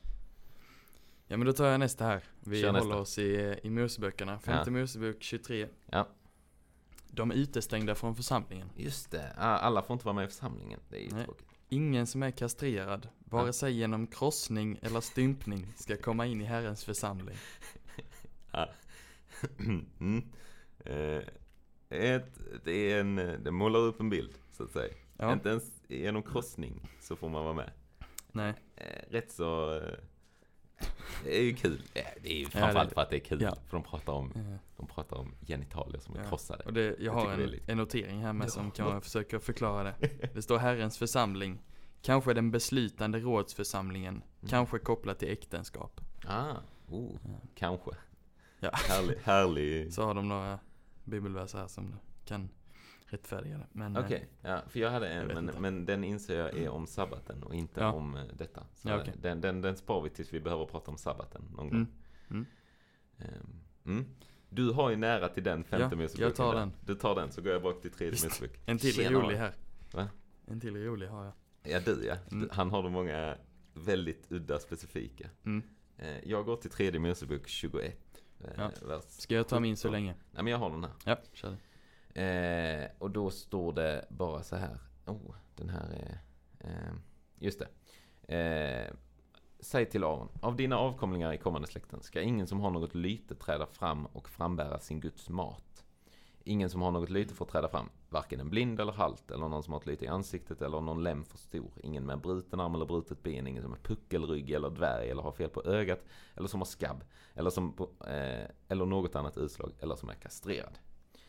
Ja, men då tar jag nästa här. Vi Kör håller nästa. oss i, i Moseböckerna. Femte Mosebok tjugotre. Ja. De är utestängda från församlingen. Just det, Ah, alla får inte vara med i församlingen. Det är ju Nej. tråkigt. Ingen som är kastrerad, vare Ja. sig genom krossning eller stympning, ska komma in i Herrens församling. Ja. mm. eh, ett, det är en, det målar upp en bild, så att säga. Ja. Inte ens genom krossning så får man vara med. Nej. Eh, rätt så... Eh, det är ju kul. Eh, det är ju Ja, framförallt det- för att det är kul. ja. För de pratar om, Eh, de pratar om genitalier som är Ja. krossade. Och det, jag Jag har tycker det är en, lite- en notering här med Ja, som kan något. man försöka förklara det. Det står Herrens församling. Kanske den beslutande rådsförsamlingen. Mm. Kanske kopplat till äktenskap. Ah, oh, Ja. kanske. Ja. Härlig, härlig. Så har de några bibelverser här som kan rättfärdiga det. Men, eh, Okej, ja, för jag hade en, jag vet men, inte. men den inser jag är om sabbaten och inte Ja. om eh, detta. Så Ja, okej. den, den, den spar vi tills vi behöver prata om sabbaten någon gång. Mm. Mm. Ehm, mm. Du har ju nära till den femte Ja, Moseboken jag tar där. den. Du tar den, så går jag bak till tredje Visst. Mosebok. En till Tjena. rolig här. Va? En till rolig har jag. Ja, du ja. Mm. Du, han har de många väldigt udda specifika. Mm. Eh, jag går till tredje Mosebok tjugoett. Eh, Ja. vers Ska jag ta min så sjutton. länge? Nej, men jag har den här. Ja, kör det. Eh, och då står det bara så här. Oh, den här är... Eh, just det. Eh, säg till Aron. Av dina avkomlingar i kommande släkten ska ingen som har något lyte träda fram och frambära sin Guds mat. Ingen som har något lyte får träda fram. Varken en blind eller halt, eller någon som har ett lyte i ansiktet, eller någon lem för stor. Ingen med bruten arm eller brutet ben. Ingen som är puckelrygg eller dvärg, eller har fel på ögat, eller som har skabb, eller, som på, eh, eller något annat utslag, eller som är kastrerad.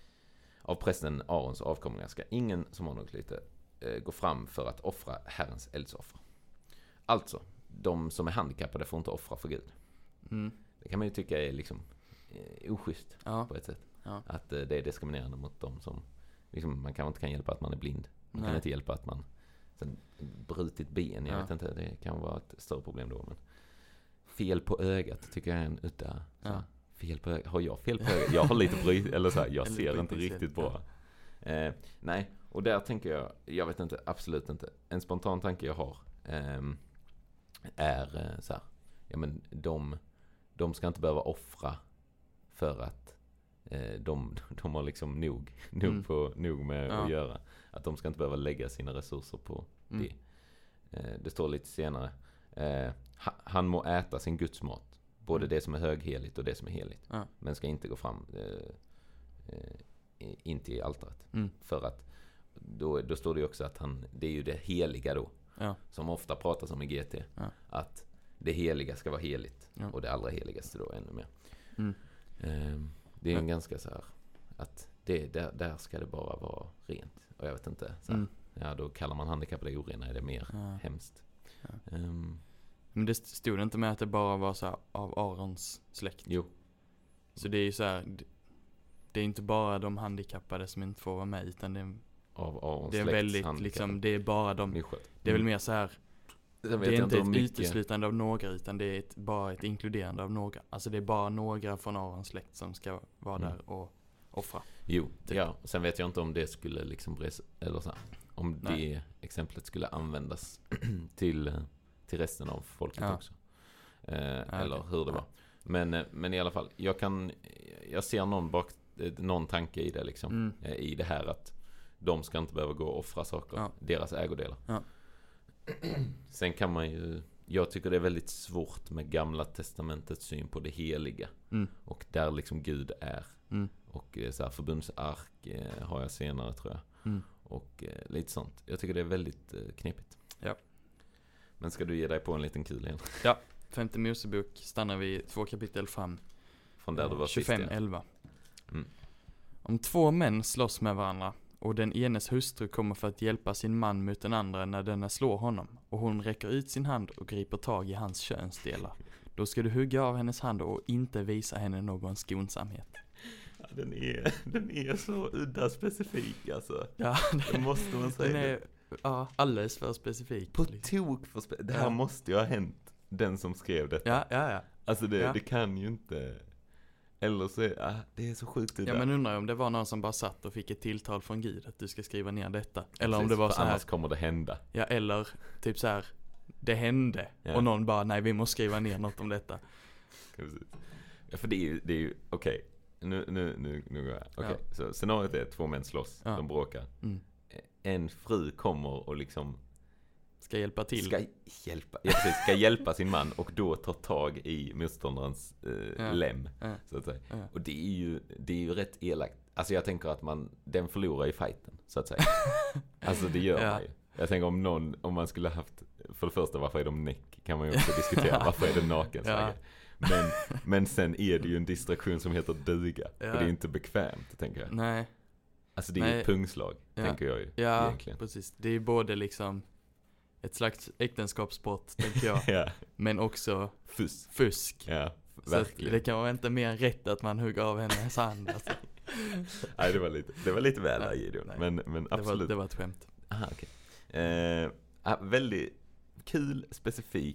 Av prästen Arons avkomlingar ska ingen som har något lyte eh, gå fram för att offra Herrens eldsoffer. Alltså, de som är handikappade får inte offra för Gud. Mm. Det kan man ju tycka är liksom eh, oschysst Ja. på ett sätt. Ja. Att eh, det är diskriminerande mot dem som liksom, man kanske inte kan hjälpa att man är blind. Man kan Nej. inte hjälpa att man sen, brutit ben. Jag Ja. vet inte, det kan vara ett större problem då. Men fel på ögat tycker jag är en udda. Så, Ja. fel på ögat. Har jag fel på ögat? Jag har lite bry, eller så här, jag Eller ser inte brytningsfel, riktigt bra. Eh, nej, och där tänker jag, jag vet inte, absolut inte. En spontan tanke jag har ehm, är eh, så här, ja men de, de ska inte behöva offra för att eh, de, de har liksom nog, nog, Mm. på, nog med Ja. att göra. Att de ska inte behöva lägga sina resurser på Mm. det. Eh, det står lite senare. Eh, ha, han må äta sin gudsmat. Både Mm. det som är högheligt och det som är heligt. Ja. Men ska inte gå fram eh, eh, in till altaret. Mm. För att då, då står det ju också att han, det är ju det heliga då. Ja. Som ofta pratas om i G T. Ja. Att det heliga ska vara heligt. Ja. Och det allra heligaste då ännu mer. Mm. Ehm, det är Men- en ganska så här att det, där, där ska det bara vara rent. Och jag vet inte. Så här, Mm. ja, då kallar man handikappade orena. Är det mer Ja. hemskt? Ja. Ehm, Men det stod inte med att det bara var så här av Arons släkt. jo. Så det är ju så här, det- det är inte bara de handikappade som inte får vara med, utan det är, Av Arons det är släkts väldigt handikapp. liksom, det är bara de, Missköt. det är väl Mm. mer så här, Sen det vet är jag inte hur ett mycket- uteslutande av några, utan det är ett, bara ett inkluderande av några. Alltså det är bara några från Arons släkt som ska vara Mm. där och offra. Jo, Typ. ja. Sen vet jag inte om det skulle liksom res- eller så här, om Nej. det exemplet skulle användas till, till resten av folket Ja. också. Eh, eller okej. hur det Ja. var. Men, eh, men i alla fall, jag kan jag ser någon, bak, eh, någon tanke i det liksom. Mm. Eh, I det här att de ska inte behöva gå och offra saker. Ja. Deras ägodelar. Ja. Sen kan man ju, jag tycker det är väldigt svårt med Gamla testamentets syn på det heliga. Mm. Och där liksom Gud är. Mm. Och eh, så här, förbundsark eh, har jag senare tror jag. Mm. Och eh, lite sånt. Jag tycker det är väldigt eh, knepigt. Ja. Men ska du ge dig på en liten kul igen? Femte Mosebok stannar vi två kapitel fram. Från där du var tjugofem sist. Ja. elva. Mm. Om två män slåss med varandra Och den enes hustru kommer för att hjälpa sin man mot den andra när denna slår honom. Och hon räcker ut sin hand och griper tag i hans könsdelar. Då ska du hugga av hennes hand och inte visa henne någon skonsamhet. Ja, den, är, den är så udda specifik alltså. Ja, det måste man säga. Den är ja, alldeles för specifik. På tok för specifik. Det här ja. måste ju ha hänt den som skrev detta. Ja, ja, ja. Alltså det, ja. det kan ju inte... Eller så är ah, det är så sjukt udda. Ja, men undrar om det var någon som bara satt och fick ett tilltal från Gud att du ska skriva ner detta. Eller Precis, om det var så här. Annars kommer det hända. Ja, eller typ så här. Det hände. Ja. Och någon bara, nej vi måste skriva ner något om detta. Precis. Ja, för det är ju, det är ju okej. Okay. Nu, nu, nu, nu går jag. Okej, okay. ja. Så scenariot är två män slåss. Ja. De bråkar. Mm. En fru kommer och liksom ska hjälpa till. Ska hjälpa, ja, precis, ska hjälpa sin man och då ta tag i motståndarens eh, ja. lem. Ja. Så att säga. Ja. Och det är ju det är ju rätt elakt. Alltså jag tänker att man den förlorar i fighten så att säga. Alltså det gör ja. man ju. Jag tänker om någon om man skulle haft för det första varför är de näck kan man ju också diskutera. Varför är det naken ja. Men men sen är det ju en distraktion som heter duga ja. och det är inte bekvämt tänker jag. Nej. Alltså det är Nej. ju ett pungslag ja. tänker jag ju ja, egentligen. Precis. Det är ju både liksom ett slags äktenskapsbrott tänker jag. ja. Men också fusk. fusk. Ja, verkligen. Så det kan vara inte mer rätt att man hugger av hennes hand alltså. Nej, det var lite det var lite väl nej, Gideon. Men men absolut. Det var, det var ett skämt. Aha, okej. Okay. Eh, väldigt kul specifik.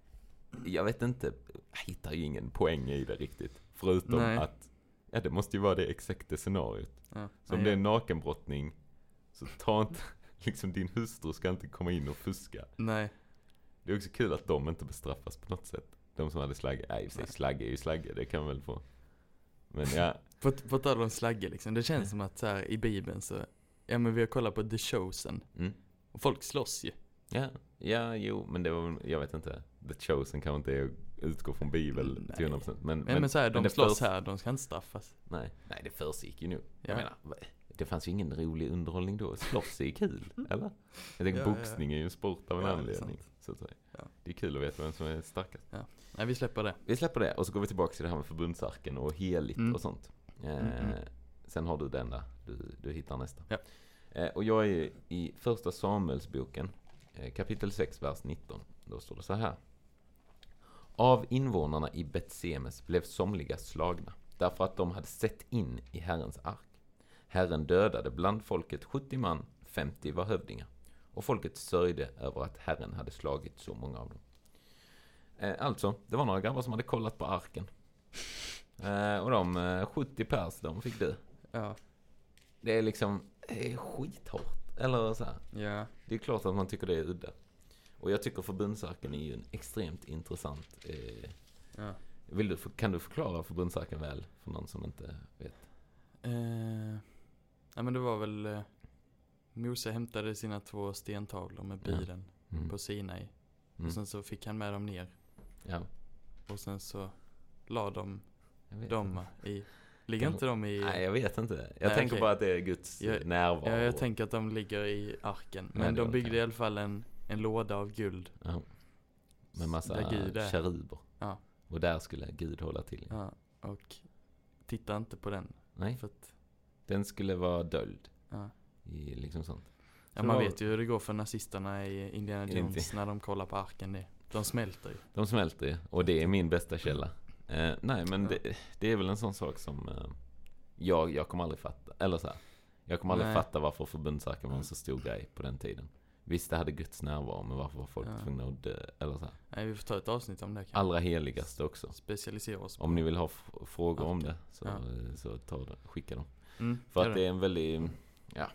Jag vet inte, jag hittar ju ingen poäng i det riktigt förutom nej. att ja, det måste ju vara det exakta scenariot. Ja. Så om nej, det är en nakenbrottning så ta inte liksom din hustru ska inte komma in och fuska. Nej. Det är också kul att de inte bestraffas på något sätt. De som hade slagge, nej, nej. slagge är ju slagge, det kan man väl få. Men ja. på, på tal om slagge liksom, det känns som att så här, i Bibeln så, ja men vi har kollat på The Chosen. Mm. Och folk slåss ju. Ja, ja, jo, men det var, jag vet inte. The Chosen kan inte är utgå från Bibel till hundra procent. Men, men, men så här, de men slåss förs... här, de ska inte straffas. Nej, nej det försiggick ju nu. Ja. Jag menar, det fanns ju ingen rolig underhållning då. Slåss är kul, eller? Jag tänker, ja, boxning ja. är ju en sport av en ja, anledning. Det är, så att säga. Ja. Det är kul att veta vem som är starkast. Ja. Nej, vi släpper det. Vi släpper det, och så går vi tillbaka till det här med förbundsarken och heligt mm. och sånt. Eh, mm, mm. Sen har du den där, du, du hittar nästa. Ja. Eh, och jag är i första Samuelsboken, eh, kapitel sex, vers nitton. Då står det så här. Av invånarna i Betsemes blev somliga slagna, därför att de hade sett in i Herrens ark. Herren dödade bland folket sjuttio man, femtio var hövdingar. Och folket sörjde över att Herren hade slagit så många av dem. Eh, alltså, det var några grabbar som hade kollat på arken. Eh, och de eh, sjuttio pers, de fick dö. Ja. Det är liksom det är skithårt. Eller så här. Ja. Det är klart att man tycker det är udda. Och jag tycker förbundsarken är ju en extremt intressant. Eh, ja. Vill du, kan du förklara förbundsarken väl för någon som inte vet? Eh, ja, men det var väl eh, Mose hämtade sina två stentavlor med bilen ja. mm. på Sinai. Mm. Och sen så fick han med dem ner. Ja. Och sen så la de dem i... Ligger inte de i... Nej, jag vet inte. Jag Nej, tänker okay. bara att det är Guds jag, närvaro. Ja, jag tänker att de ligger i arken. Men Nej, de byggde okay. i alla fall en, en låda av guld. Ja. Med massa keruber. Ja. Och där skulle Gud hålla till. Ja, och titta inte på den. Nej, för att... den skulle vara döld. Ja. I liksom sånt. Ja, man vet ju hur det går för nazisterna i Indiana Jones inte. När de kollar på arken. Det. De smälter ju. De smälter ju. Och det är min bästa källa. Eh, nej, men ja. det, det är väl en sån sak som eh, jag, jag kommer aldrig fatta. Eller så här. Jag kommer aldrig nej. fatta varför förbundsarken var en så stor grej på den tiden. Visst, det hade Guds närvaro, men varför var folk ja. tvungna att dö? Eller så här. Nej, vi får ta ett avsnitt om det. Kan Allra heligaste också. Specialisera oss på. Om ni vill ha f- frågor arken. om det så, ja. så ta det, skicka dem. Mm, För att det. det är en väldigt ja,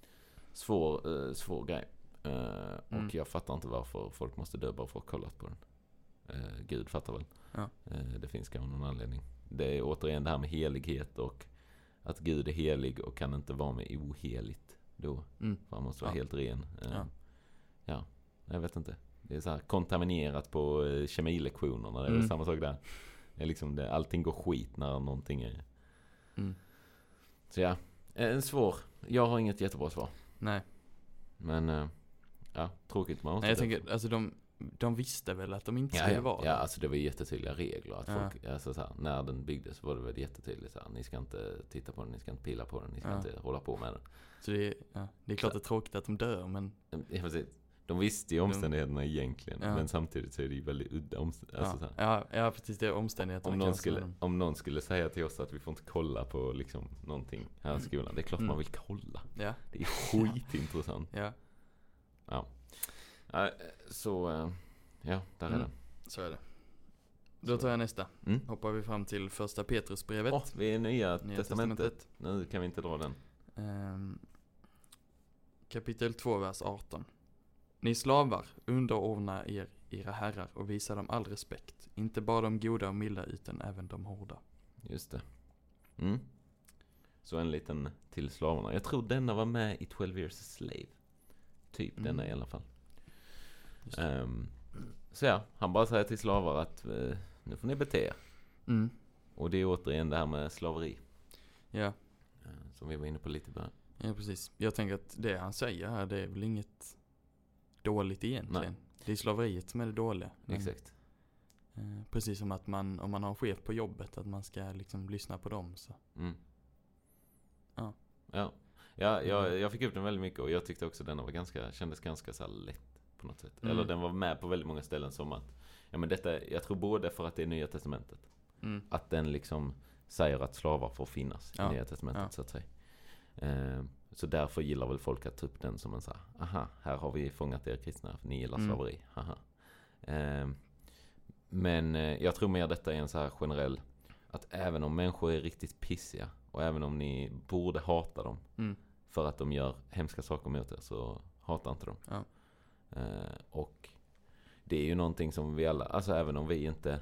svår, uh, svår grej. Uh, mm. Och jag fattar inte varför folk måste dö bara för att ha kollat på den. Uh, Gud fattar väl. Ja. Uh, det finns kanske någon anledning. Det är återigen det här med helighet och att Gud är helig och kan inte vara med oheligt då. Mm. För han måste vara ja. helt ren. Uh, ja. ja, jag vet inte. Det är så här kontaminerat på uh, kemilektionerna. Det är mm. samma sak där. Det är liksom det, allting går skit när någonting är... Mm. Så ja, en svår. Jag har inget jättebra svar. Nej. Men, ja, tråkigt man måste. Nej, jag tänker, alltså de, de visste väl att de inte Ja, skulle ja. vara ja, det. alltså det var jättetydliga regler. Att Ja. folk, alltså så här, när den byggdes var det väl jättetydligt. Så här, ni ska inte titta på den, ni ska inte pila på den, ni ska Ja. inte hålla på med den. Så det är, ja, det är klart det är tråkigt att de dör, men Ja, precis. De visste ju omständigheterna egentligen, Ja. men samtidigt så är det ju väldigt udda omständigheter. Alltså ja, så här. ja, ja, precis, det är omständigheterna. Om kan någon, slå skulle, dem. om någon skulle säga till oss att vi får inte kolla på liksom någonting här i skolan. Det är klart Mm. man vill kolla. Ja, Det är skitintressant. ja, Ja. Ja, så, eh, ja, där är Mm. den. så är det. Då tar jag nästa. Mm. Hoppar vi fram till första Petrusbrevet. Åh, vi är i nya, Nya testamentet. Nu kan vi inte dra den. Ehm, kapitel två, vers arton. Ni slavar, underordna er era herrar och visa dem all respekt. Inte bara de goda och milda utan även de hårda. Just det. Mm. Så en liten till slavarna. Jag tror denna var med i twelve years a slave. Typ Mm. denna i alla fall. Just det. Um, så ja, han bara säger till slavar att uh, nu får ni bete er. Mm. Och det är återigen det här med slaveri. Ja, uh, som vi var inne på lite i början. ja, precis. Jag tänker att det han säger här, det är väl inget dåligt egentligen. Nej. Det är slaveriet som är det dåliga. Men, Exakt. eh, precis som att man, om man har en chef på jobbet, att man ska liksom lyssna på dem. Så. Mm. Ja. Ja. Ja, jag, jag fick upp den väldigt mycket och jag tyckte också den var ganska, kändes ganska så här lätt på något sätt. Mm. Eller den var med på väldigt många ställen som att, ja men detta, jag tror både för att det är Nya Testamentet. Mm. Att den liksom säger att slavar får finnas Ja. i Nya Testamentet Ja. så att säga. Eh, så därför gillar väl folk att ta upp den som en så här, aha, här har vi fångat er kristna, för ni gillar Mm. slaveri, haha. Eh, men eh, jag tror mer detta är en så här generell, att även om människor är riktigt pissiga och även om ni borde hata dem Mm. för att de gör hemska saker mot er, så hata inte dem. Ja. Eh, och det är ju någonting som vi alla, alltså även om vi inte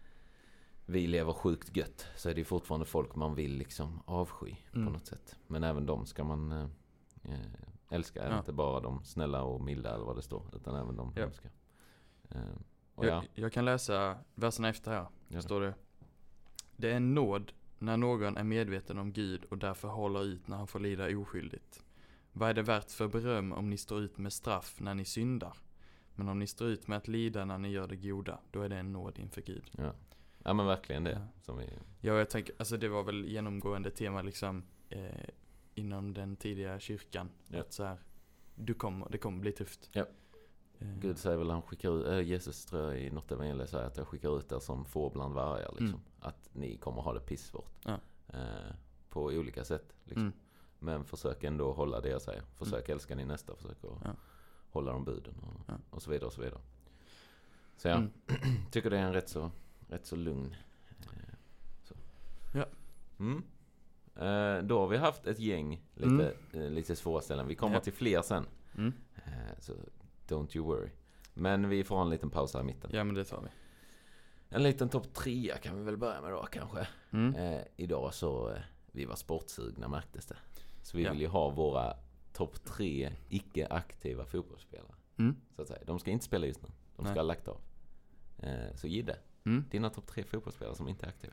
vi lever sjukt gött, så är det fortfarande folk man vill liksom avsky Mm. på något sätt. Men även de ska man eh, eh, älska, Ja. inte bara de snälla och milda eller vad det står, utan även de Ja. hemska. Eh, och ja, Jag, jag kan läsa verserna efter här. gör det. Står det: Det är en nåd när någon är medveten om Gud och därför håller ut när han får lida oskyldigt. Vad är det värt för beröm om ni står ut med straff när ni syndar? Men om ni står ut med att lida när ni gör det goda, då är det en nåd inför Gud. Ja. ja, men verkligen det. Ja. Som vi, Ja, jag tänker, alltså det var väl genomgående tema liksom eh, inom den tidiga kyrkan. Ja. Att så här, du kommer, det kommer bli tufft. Ja. Eh, Gud säger väl, han skickar ut, äh, Jesus tror jag i något evangelium säger att jag skickar ut er som får bland vargar liksom. Mm. Att ni kommer ha det pissvårt. Ja. Eh, på olika sätt liksom. Mm. Men försök ändå hålla det jag säger. Försök älska din nästa, försök att Ja. hålla de buden och, Ja. och så vidare och så vidare. Så jag Mm. tycker det är en rätt så, rätt så lugn. Eh, så. Ja. Mm. Eh, då har vi haft ett gäng lite, eh, lite svåra ställen. Vi kommer Ja. till fler sen. Mm. Eh, så don't you worry. Men vi får ha en liten paus här i mitten. Ja, men det tar vi. En liten topp trea kan vi väl börja med då kanske. Mm. Eh, idag så, eh, vi var sportsugna märktes det. Så vi Ja. vill ju ha våra topp tre icke-aktiva fotbollsspelare. Mm. Så att säga. De ska inte spela just nu. De ska Nej. ha lagt av. Eh, så Gidde, Mm. dina topp tre fotbollsspelare som inte är aktiva.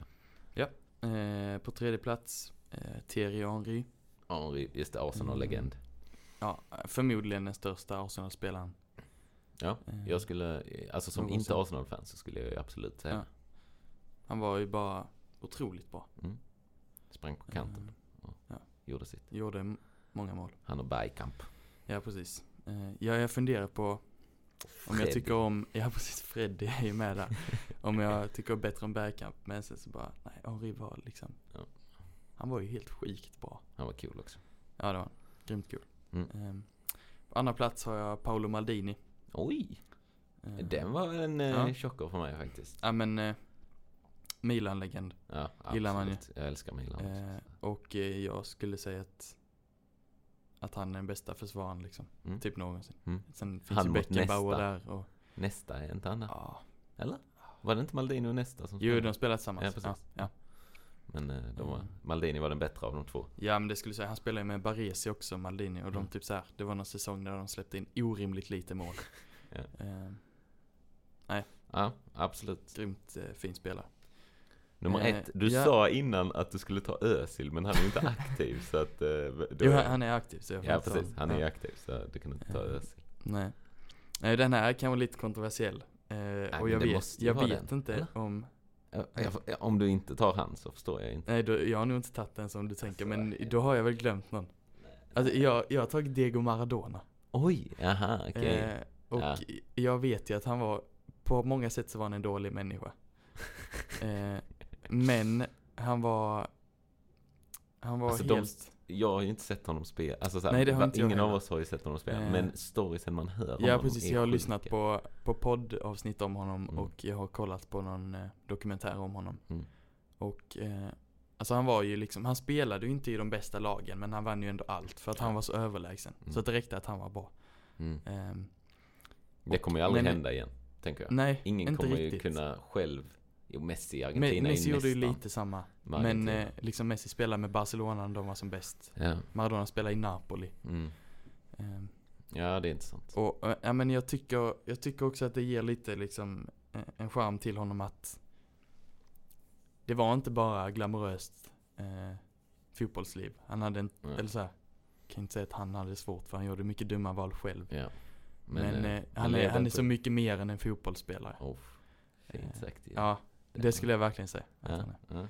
Eh, på tredje plats, eh, Thierry Henry. Henry, just det, Arsenal-legend. Ja, förmodligen den största Arsenal-spelaren. Ja, Eh, jag skulle, alltså som någonsin. inte Arsenal-fan så skulle jag ju absolut säga Ja. Han var ju bara otroligt bra. mm. Sprang på kanten Eh, och ja. gjorde sitt. Gjorde m- många mål. Han och Bergkamp. Ja, precis. Eh, ja, jag funderar på om jag Fred. tycker om, ja precis, Freddy är ju med där. Om jag tycker bättre om Bergkamp, men sen så bara, nej, Henry var liksom, Ja. han var ju helt skikt bra. Han var cool också. Ja, det var han. Grymt kul. Mm. Eh, på andra plats har jag Paolo Maldini. Oj, Eh, den var en eh, Ja. chocker för mig faktiskt. Ja, men eh, Milan-legend. Ja, Gillar man ju. absolut. Jag älskar Milan också. Eh, och eh, jag skulle säga att att han är den bästa försvararen liksom. Mm. Typ någonsin. Mm. Sen finns Han ju mot Beckenbauer nästa. där och Nästa är inte Anna. ja. Eller? Var det inte Maldini och Nästa som Jo, spelade? de spelar tillsammans. Ja, Ja, precis. ja. Men eh, de var, Mm. Maldini var den bättre av de två. Ja, men det skulle jag säga, han spelar ju med Baresi också, Maldini, och de Mm. typ så här, det var någon säsong där de släppte in orimligt lite mål. Ja. eh, Ja, absolut. grymt eh, fin spelare. Nummer Eh, ett, du ja. sa innan att du skulle ta Özil, men han är ju inte aktiv så att... Eh, då Jo, är- han, han är aktiv så jag får Ja, inte precis. ta- Han är ja. aktiv så du kan inte ta Eh. Özil. Nej. Nej, den här kan vara lite kontroversiell. Eh, Nej, och jag det vet, måste ju jag vara vet den, inte eller? om... Jag, jag, om du inte tar han så förstår jag inte. Nej, då, jag har nog inte tagit den som du tänker, Alltså, men då har jag väl glömt någon. Alltså, jag, jag har tagit Diego Maradona. Oj, aha, okej. Okay. Eh, och Ja. jag vet ju att han var, på många sätt så var han en dålig människa. eh, men han var, han var Alltså, de- helt... Jag har ju inte sett honom spela. Alltså, såhär, Nej, det har va- inte jag ingen av heller. oss har ju sett honom spela. Eh. Men storiesen man hör Ja, honom precis. är Jag har sjuka. lyssnat på, på poddavsnitt om honom Mm. och jag har kollat på någon eh, dokumentär om honom. Mm. Och eh, alltså han var ju liksom, han spelade ju inte i de bästa lagen, men han vann ju ändå allt för att han var så överlägsen. Mm. Så att det räckte att han var bra. Mm. Ehm, Det kommer ju aldrig men- hända igen, tänker jag. nej, Ingen inte kommer riktigt. ju kunna själv. Jo, Messi i Me- Argentina Messi är ju gjorde ju nästan lite samma. med Men Argentina. eh, liksom Messi spelade med Barcelona när de var som bäst. Ja. Maradona spelade i Napoli. Mm. Ehm, Ja, det är intressant. och eh, ja, men jag tycker, jag tycker också att det ger lite liksom eh, en charm till honom att det var inte bara glamoröst eh, fotbollsliv. Han hade en, Ja. eller så här, kan inte säga att han hade svårt för han gjorde mycket dumma val själv. Ja. Men, eh, eh, han, är, levde han är på- så mycket mer än en fotbollsspelare. Oh, fint Eh, sagt. Ja, det skulle jag verkligen säga. Att Ja, han är. ja.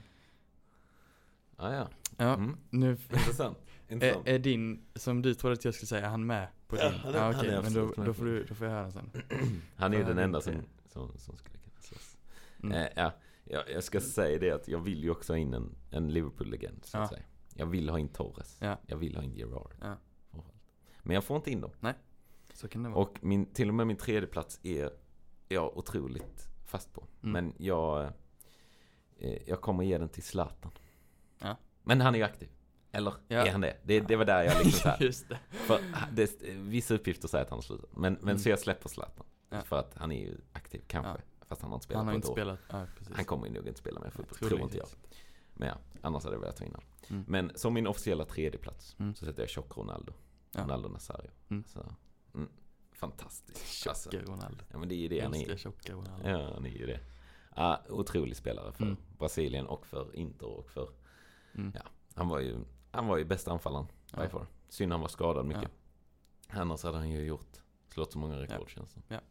Ah, ja. Ja, Mm. nu Intressant. är, Intressant. är din, som du trodde att jag skulle säga, är han med på Ja, din? han är- Ja, han okej, är men då, absolut med då, på får du, då får jag höra den sen. Han är ju För den han enda inte- som, som, som skulle kunna slåss. Mm. Eh, ja, jag, jag ska säga det att jag vill ju också ha in en, en Liverpool-legend, så att Ja. säga. Jag vill ha in Torres. Ja. Jag vill ha in Gerrard. Ja. Men jag får inte in dem. Så kan det vara. Och min, till och med min tredje plats är jag otroligt fast på. Mm. Men jag, eh, jag kommer ge den till Zlatan. Ja. Men han är ju aktiv. Eller Ja. är han det? det? Det var där jag liksom så här. Just det. För det, vissa uppgifter säger att han slutar. Men, men Mm. så jag släpper Zlatan. Ja. För att han är ju aktiv, kanske. Ja. Fast han har inte spelat Han har på inte ett år. spelat, ja precis. Han kommer ju nog inte spela mer fotboll, Nej, tror inte jag. troligtvis. Men ja, annars hade jag velat ta in honom. Mm. Men som min officiella tredje plats Mm. så sätter jag tjock Ronaldo. Ja. Ronaldo Nazario. Mm. Så, mm, fantastiskt. Alltså, Tjocka Ronaldo. ja, men det är ju det han Älskar är. tjocka Ronaldo. Ja, han är ju det. Ja, otrolig spelare för Mm. Brasilien och för Inter och för... Mm. Ja, han var ju, han var ju bästa anfallaren. Ja. Ja. Synd han var skadad mycket. Annars hade han ju gjort, slått så många rekord, känns det. Ja.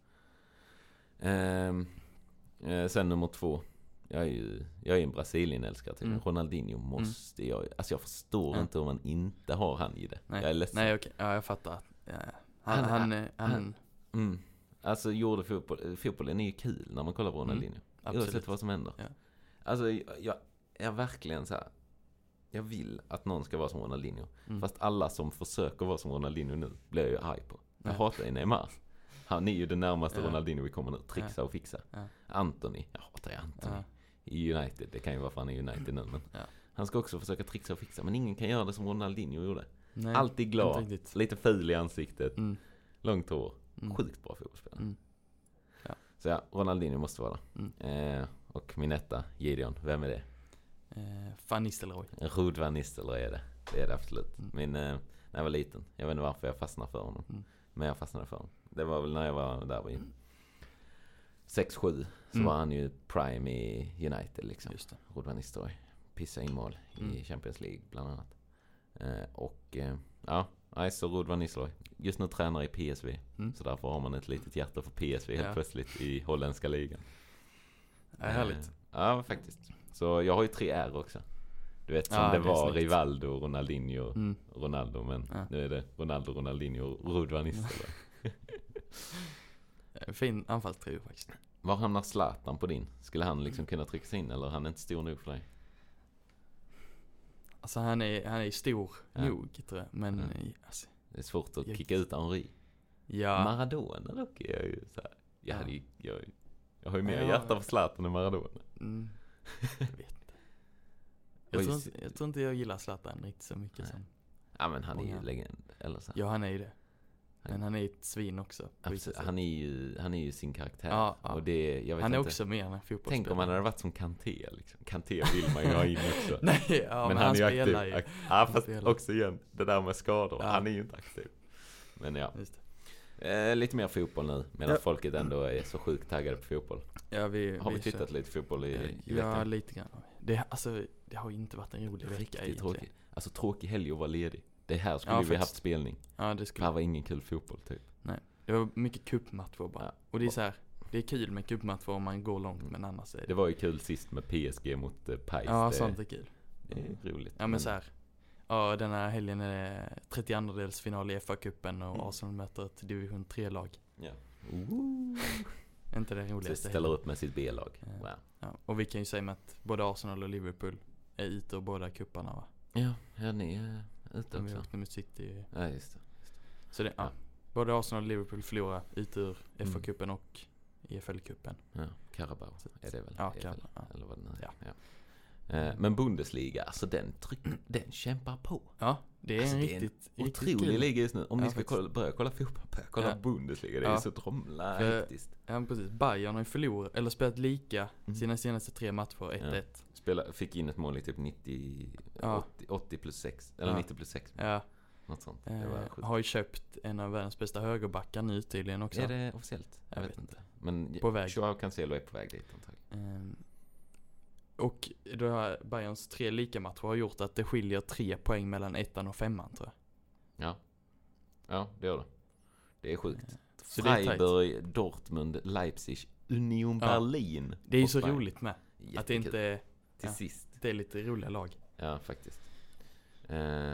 Ehm, eh, sen nummer två. Jag är ju jag är en Brasilien-älskare till Mm. Ronaldinho måste jag... Alltså jag förstår Ja. inte om man inte har han i det. Nej, Jag är ledsen. Nej okej, ja jag fattar. Ja. Han, Han- han, han, han, han- Mm. Alltså gjorde fotboll... Fotbollen är ju kul när man kollar på Ronaldinho. absolut. Oavsett vad som händer. Ja. Alltså jag, jag är verkligen så här. Jag vill att någon ska vara som Ronaldinho. Mm. Fast alla som försöker vara som Ronaldinho nu blir jag ju arg på. Jag Ja. hatar ju Neymar. Han är ju det närmaste Ja. Ronaldinho vi kommer nu. Trixa och fixa. Ja. Anthony. Jag hatar ju Anthony. Ja. I United. Det kan ju vara för han är United nu. Men Ja. han ska också försöka trixa och fixa. Men ingen kan göra det som Ronaldinho gjorde. Nej, Alltid glad. inte riktigt. Lite ful i ansiktet. Mm. Långt hår. Mm. Sjukt bra fotbollsspelare. Mm. Ja. Så ja, Ronaldinho måste vara Mm. där. Eh, och min etta, Gideon. Vem är det? Eh, Van Nistelrooy. Rud van Nistelrooy är det. Det är det absolut. Mm. Min, eh, när jag var liten. Jag vet inte varför jag fastnade för honom. Mm. Men jag fastnade för honom. Det var väl när jag var där vid sex sju. Så Mm. var han ju prime i United liksom. Just det. Rud van Nistelrooy. Pissa in mål Mm. i Champions League bland annat. Eh, och eh, ja, alltså Rud van Nistelrooy. Just nu tränar i P S V. Mm. Så därför har man ett litet hjärta för P S V helt Ja. plötsligt i holländska ligan. Ja, härligt. Eh, ja, faktiskt. Så jag har ju tre R också. Du vet, som Ja, det det är var snyggt. Rivaldo, Ronaldinho, Mm. Ronaldo. Men Ja. nu är det Ronaldo, Ronaldinho, Rud van Nistelrooy. Eh, Fin anfallstrio faktiskt. Var hamnar Zlatan på din? Skulle han liksom kunna trycka sig in? Eller han är inte stor nog för dig? Alltså han är, han är stor Ja. nog tror jag. Men Ja. eh, alltså, Det är svårt att Jag- kicka ut Henri. ja. Maradona dock är jag ju så här. Jag, Ja. hade ju, jag, jag har ju mer Ja. hjärta för Zlatan än Maradona. Mm. Jag vet inte. Jag Oj, tror s- inte, jag tror inte jag gillar Zlatan riktigt så mycket Nej. som... Ja, men han är ju Många. legend. Eller så. Ja, han är ju det. Han- Men han är ett svin också. på vissa Absolut. sätt. Han är ju, han är ju sin karaktär. Ja, ja. Och det, jag vet Han är inte. också mer än en fotbollsspelare. Tänk om han hade varit som Kanté liksom. Kanté vill man ju ha in också. Nej, ja, men, han, är ju spelar aktiv. ju. Ak- ja, fast spelar. också igen, det där med skador. Ja. Han är ju inte aktiv. Men ja, Just eh, lite mer fotboll nu. Medan Ja. folket ändå är så sjukt taggade på fotboll. det. Ja, vi, Har vi, vi tittat kör. lite fotboll i, i Ja, veckan? lite grann. Det, alltså, det har ju inte varit en rolig vecka Riktigt egentligen. tråkigt. Alltså tråkig helg att vara ledig. Det här skulle Ja, vi faktiskt. haft spelning. Ja, det Det skulle... här var ingen kul fotboll typ. Det var mycket cupmatcher bara. Ja. Och det är så här, det är kul med cupmatcher om man går långt, men annars är det... Det var ju kul sist med P S G mot uh, Pais. Ja, det, sånt är kul. det är roligt. Ja, men, men så här. Ja, den här helgen är det trettioandra-delsfinal i F A-cupen och Mm. Arsenal möter ett division tre-lag. Ja. Uh. Inte det Så roligaste. ställer upp med sitt B-lag. Ja. Wow. Ja, och vi kan ju säga med att både Arsenal och Liverpool är ute ur båda kupparna, va? Ja, ja, ni är ute De vi också. åkte med City. Ja, just det. Så det, ja. Ja. Både Arsenal och Liverpool förlorar ut ur F Mm. A-cupen och E F L-cupen. Ja, Carabao är det väl? Ja, E F L, Carabao, ja. eller vad det nu är. Ja. Ja. Eh, men Bundesliga, alltså den tryck, den kämpar på. Ja, det är Alltså, en det är en riktigt, riktigt Otrolig kul. liga just nu. Om Ja, ni ska faktiskt. kolla, börja kolla fotboll, börja kolla Ja. Bundesliga. Det är Ja. ju så drömla För- hektiskt. Ja, precis. Bayern har ju förlorat, eller spelat lika Mm. sina senaste tre matcher, ett ett. Spela, fick in ett mål i typ nittio, Ja. åttio, åttio plus sex. Eller Ja. nittio plus sex. Ja, Något sånt. Det eh, var sjukt. har ju köpt en av världens bästa högerbackar nu tydligen också. Är det officiellt? Jag, Jag vet vet inte. Men På väg. Joao Cancelo är på väg dit antagligen. Ehm, och då har Bayerns tre lika matcher har gjort att det skiljer tre poäng mellan ettan och femman, tror jag. Ja. Ja, det gör det. Det är sjukt. Så det är tajt. Freiburg, Dortmund, Leipzig, Union Ja. Berlin. Det är ju och så Bayern. roligt med. Att det Jättekul. inte är, Till ja. sist. det är lite roliga lag. Ja, faktiskt. Eh,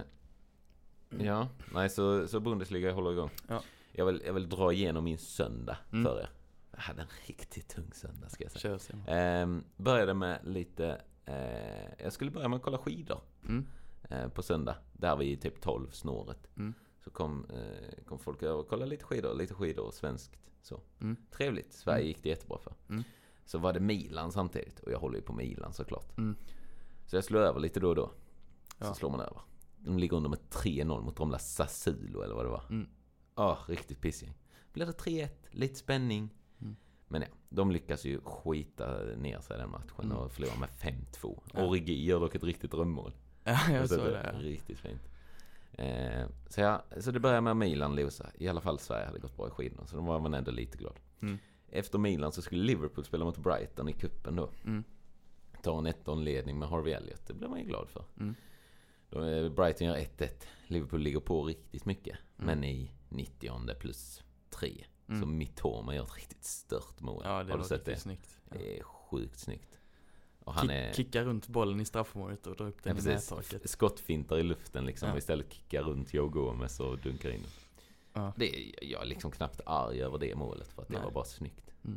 ja, nej så, så Bundesliga håller igång. Ja. Jag, vill, jag vill dra igenom min söndag Mm. för er. Jag hade en riktigt tung söndag, ska jag säga. Kör Simon. Eh, började med lite... Eh, jag skulle börja med att kolla skidor Mm. eh, på söndag. Där vi typ tolv snåret. Mm. Så kom, eh, kom folk över och kollade lite skidor. Lite skidor och svenskt. Så. Mm. Trevligt. Sverige Mm. gick det jättebra för. Mm. Så var det Milan samtidigt. Och jag håller ju på Milan såklart. Mm. Så jag slår över lite då och då. Så Ja. slår man över. De ligger under med tre noll mot Romla Sassuolo eller vad det var. Mm. Ja, riktigt pissgäng. Blev det tre ett, lite spänning. Mm. Men ja, de lyckas ju skita ner sig den matchen Mm. och förlora med fem två. Ja. Origi gör dock ett riktigt drömmål. Ja, jag Så såg det det. är Ja. riktigt fint. Eh, så, ja, så det börjar med Milan losa. I alla fall Sverige hade gått bra i skidorna. Så de var man ändå lite glad. Mm. Efter Milan så skulle Liverpool spela mot Brighton i kuppen då. Mm. Ta en ett-noll-ledning med Harvey Elliott. Det blev man ju glad för. Mm. Då, eh, Brighton gör ett ett. Liverpool ligger på riktigt mycket. Mm. Men i nittio plus tre. Mm. Så Mitoma gör ett riktigt stört mål. Ja, det Har var du sett riktigt det? snyggt. Ja. Det är sjukt snyggt. Och han Kick, är... Kickar runt bollen i straffområdet och drar upp den Ja, i precis. nättaket. Skottfintar i luften liksom. Ja. Och istället kickar runt Joe Gomez och dunkar in. Ja. Det är, jag är liksom knappt arg över det målet. För att det Nej. var bara snyggt. Mm.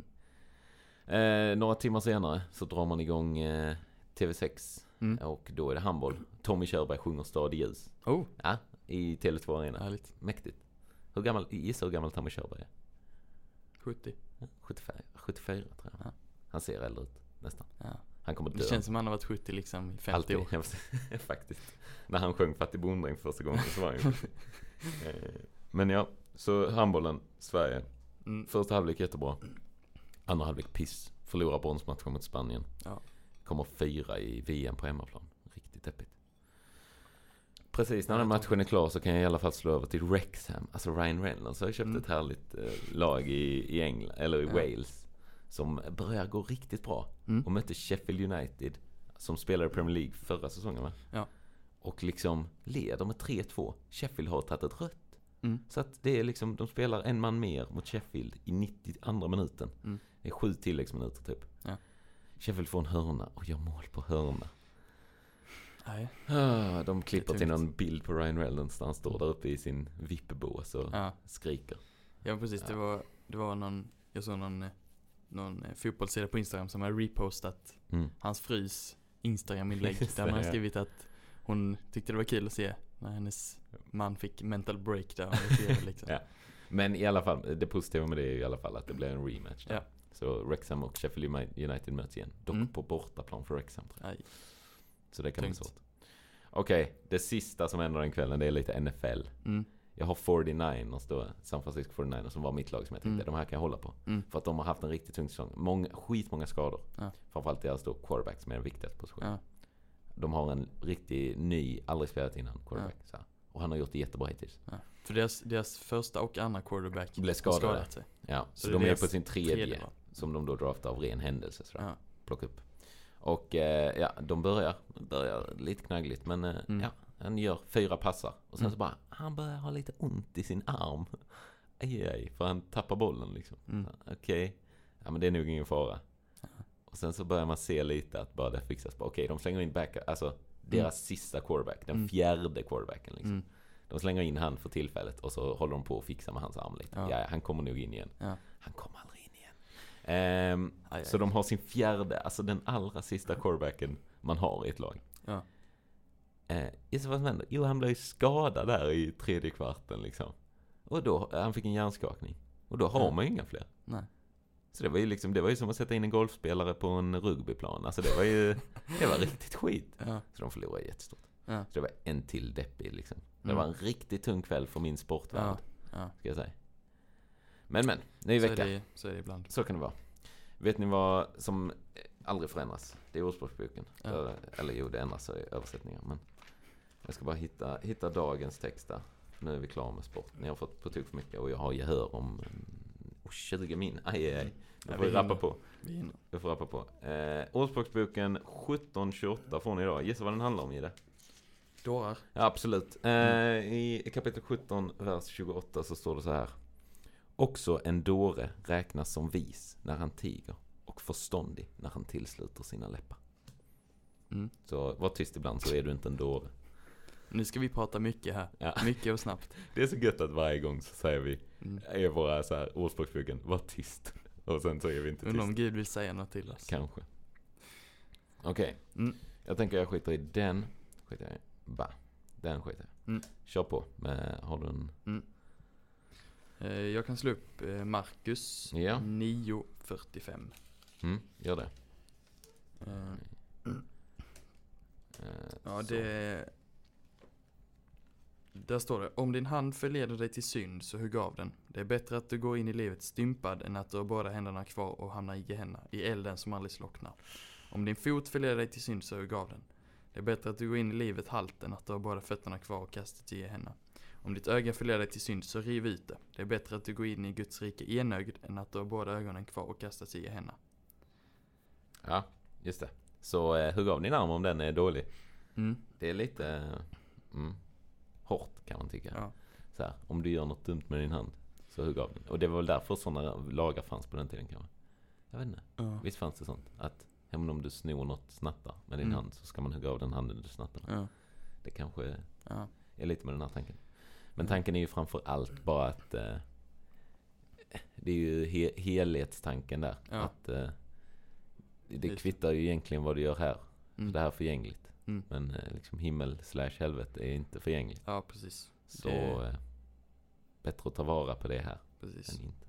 Eh, några timmar senare så drar man igång eh, T V sex. Mm. Och då är det handboll. Tommy Körberg sjunger Stad i ljus. Oh, Ja, i Tele två Arena. härligt. Mäktigt. Hur gammal, gissa hur gammal Tommy Körberg är? sjuttio. sjuttiofyra, sjuttiofyra tror jag. Ja. Han ser äldre ut, nästan. Ja. Han kommer dö. Det känns som han har varit sjuttio liksom i femtio Alltid. år. Ja, faktiskt. När han sjöng Fattig bonddräng första gången så var han ju. Eh, Men ja, så handbollen, Sverige. Mm. Första halvlek jättebra. Andra halvlek piss. Förlorar bronsmatchen mot Spanien. Ja. Kommer fyra i V M på hemmaplan. Riktigt deppigt. Precis när den matchen är klar så kan jag i alla fall slå över till Wrexham. Alltså Ryan Reynolds har köpt Mm. ett härligt eh, lag i, i England, eller i Ja. Wales. Som börjar gå riktigt bra. Mm. Och mötte Sheffield United som spelade i Premier League förra säsongen, va? Ja. Och liksom leder med tre två. Sheffield har tagit ett rött. Mm. Så att det är liksom, de spelar en man mer mot Sheffield i nittioandra minuten. Mm. Det är sju tilläggsminuter typ. Ja. Sheffield får en hörna och gör mål på hörna. Nej. Ah, de klipper Det är till tungt. någon bild på Ryan Reynolds där han står där uppe i sin vippebås och Ja. skriker. Ja, precis. Det Ja. var, det var någon, jag såg någon, eh, någon eh, fotbollssida på Instagram som har repostat Mm. hans frus Instagram-inlägg. Just Där det, man har ja. skrivit att hon tyckte det var kul att se när hennes man fick mental breakdown. och det liksom. Ja. Men i alla fall, det positiva med det är i alla fall att det blir en rematch där. Ja. Så Wrexham och Sheffield United möts igen. Dock Mm. på bortaplan för Wrexham, tror jag. Aj. Så det kan Tungt. bli svårt. Okej, det sista som händer den kvällen, det är lite N F L. Mm. Jag har fyrtionioers då, San Francisco fyrtionioers som var mitt lag som jag tänkte, Mm. de här kan jag hålla på. Mm. För att de har haft en riktigt tung säsong. Många, skitmånga skador. Ja. Framförallt deras då quarterback som är den viktigaste positionen. Ja. De har en riktigt ny, aldrig spelat innan quarterback. Så här. Och han har gjort det jättebra hittills. Ja. För deras, deras första och andra quarterback Blev har skadade. skadat sig. Ja, så, Så det de är är deras på sin tredje, tredje, va? som de då draftar av ren händelse. Så Ja. plocka upp. Och eh, ja, de börjar, börjar lite knaggligt. Men eh, Mm. ja, han gör fyra passar. Och sen Mm. så bara, han börjar ha lite ont i sin arm. aj, aj, för han tappar bollen liksom. Mm. Okej, okay. Ja men det är nog ingen fara. Ja. Och sen så börjar man se lite att bara det fixas. Okej, okay, de slänger in back, alltså deras mm. sista quarterback, den mm. fjärde quarterbacken liksom. Mm. De slänger in han för tillfället och så håller de på att fixa med hans arm lite. Ja, ja han kommer nog in igen. Ja. Han kommer aldrig in igen. Ehm, aj, aj. Så de har sin fjärde, alltså den allra sista quarterbacken man har i ett lag. Ja. Eh, just vad som händer? Jo, han blev skadad där i tredje kvarten liksom. Och då, han fick en hjärnskakning. Och då har ja. man ju inga fler. Nej. Så det var ju liksom, det var ju som att sätta in en golfspelare på en rugbyplan. Alltså det var ju, det var riktigt skit. Ja. Så de förlorade jättestort. Ja. Så det var en till deppig liksom. Det mm. var en riktigt tung kväll för min sportvärld. Ja. Ja. Ska jag säga. Men men, ny vecka. Så är, det, så är det ibland. Så kan det vara. Vet ni vad som aldrig förändras? Det är ordspråksboken. Ja. Eller, eller jo, det ändras i översättningar. Men jag ska bara hitta, hitta dagens text där. Nu är vi klara med sport. Ni har fått på tuk för mycket och jag har gehör om oh, tjugo min. Aj, aj, aj. Jag får ja, rappa på. Jag får rappa på. Eh, Ordspråksboken sjutton tjugoåtta får ni idag. Gissa vad den handlar om i det? Dårar. Ja, absolut. Eh, mm. I kapitel sjutton, vers tjugoåtta så står det så här. Också en dåre räknas som vis när han tiger och förståndig när han tillsluter sina läppar. Mm. Så var tyst ibland så är du inte en dåre. Nu ska vi prata mycket här. Ja. Mycket och snabbt. Det är så gött att varje gång så säger vi mm. är våra så här ordspråksboken, var tyst. Och sen så är vi inte tyst. Men om Gud vill säga något till oss. Kanske. Okej. Okay. Mm. Jag tänker jag skiter i den. Skiter jag i. Bah. Den skiter jag. Mm. Kör på. Men har du en... Mm. Eh, jag kan slå upp eh, Markus ja. nio fyrtiofem. Mm, gör det. Eh. Mm. Eh, ja, det är... Där står det, om din hand förleder dig till synd så hugg av den. Det är bättre att du går in i livet stympad än att du har båda händerna kvar och hamnar i Gehenna, i elden som aldrig slocknar. Om din fot förleder dig till synd så hugg av den. Det är bättre att du går in i livet halt än att du har båda fötterna kvar och kastas i Gehenna. Om ditt öga förleder dig till synd så riv ut det. Det är bättre att du går in i Guds rike enögd än att du har båda ögonen kvar och kastas i Gehenna. Ja, just det. Så eh, hugg av din arm om den är dålig. Mm. Det är lite... Mm. hårt kan man tycka. Ja. Så här, om du gör något dumt med din hand så hugg av den. Och det var väl därför sådana lagar fanns på den tiden kanske. Jag vet inte. Ja. Visst fanns det sånt att även om du snor något snattar med din mm. hand så ska man hugga av den handen du snattar. Ja. Det kanske ja. är lite med den här tanken. Men tanken är ju framför allt bara att eh, det är ju he- helhetstanken där. Ja. Att eh, det Just. kvittar ju egentligen vad du gör här. Mm. Så det här är förgängligt. Mm. Men eh, liksom himmel slash helvete är inte förgängligt. Ja, precis. Så det... eh, bättre att ta vara på det här. Precis. Än inte.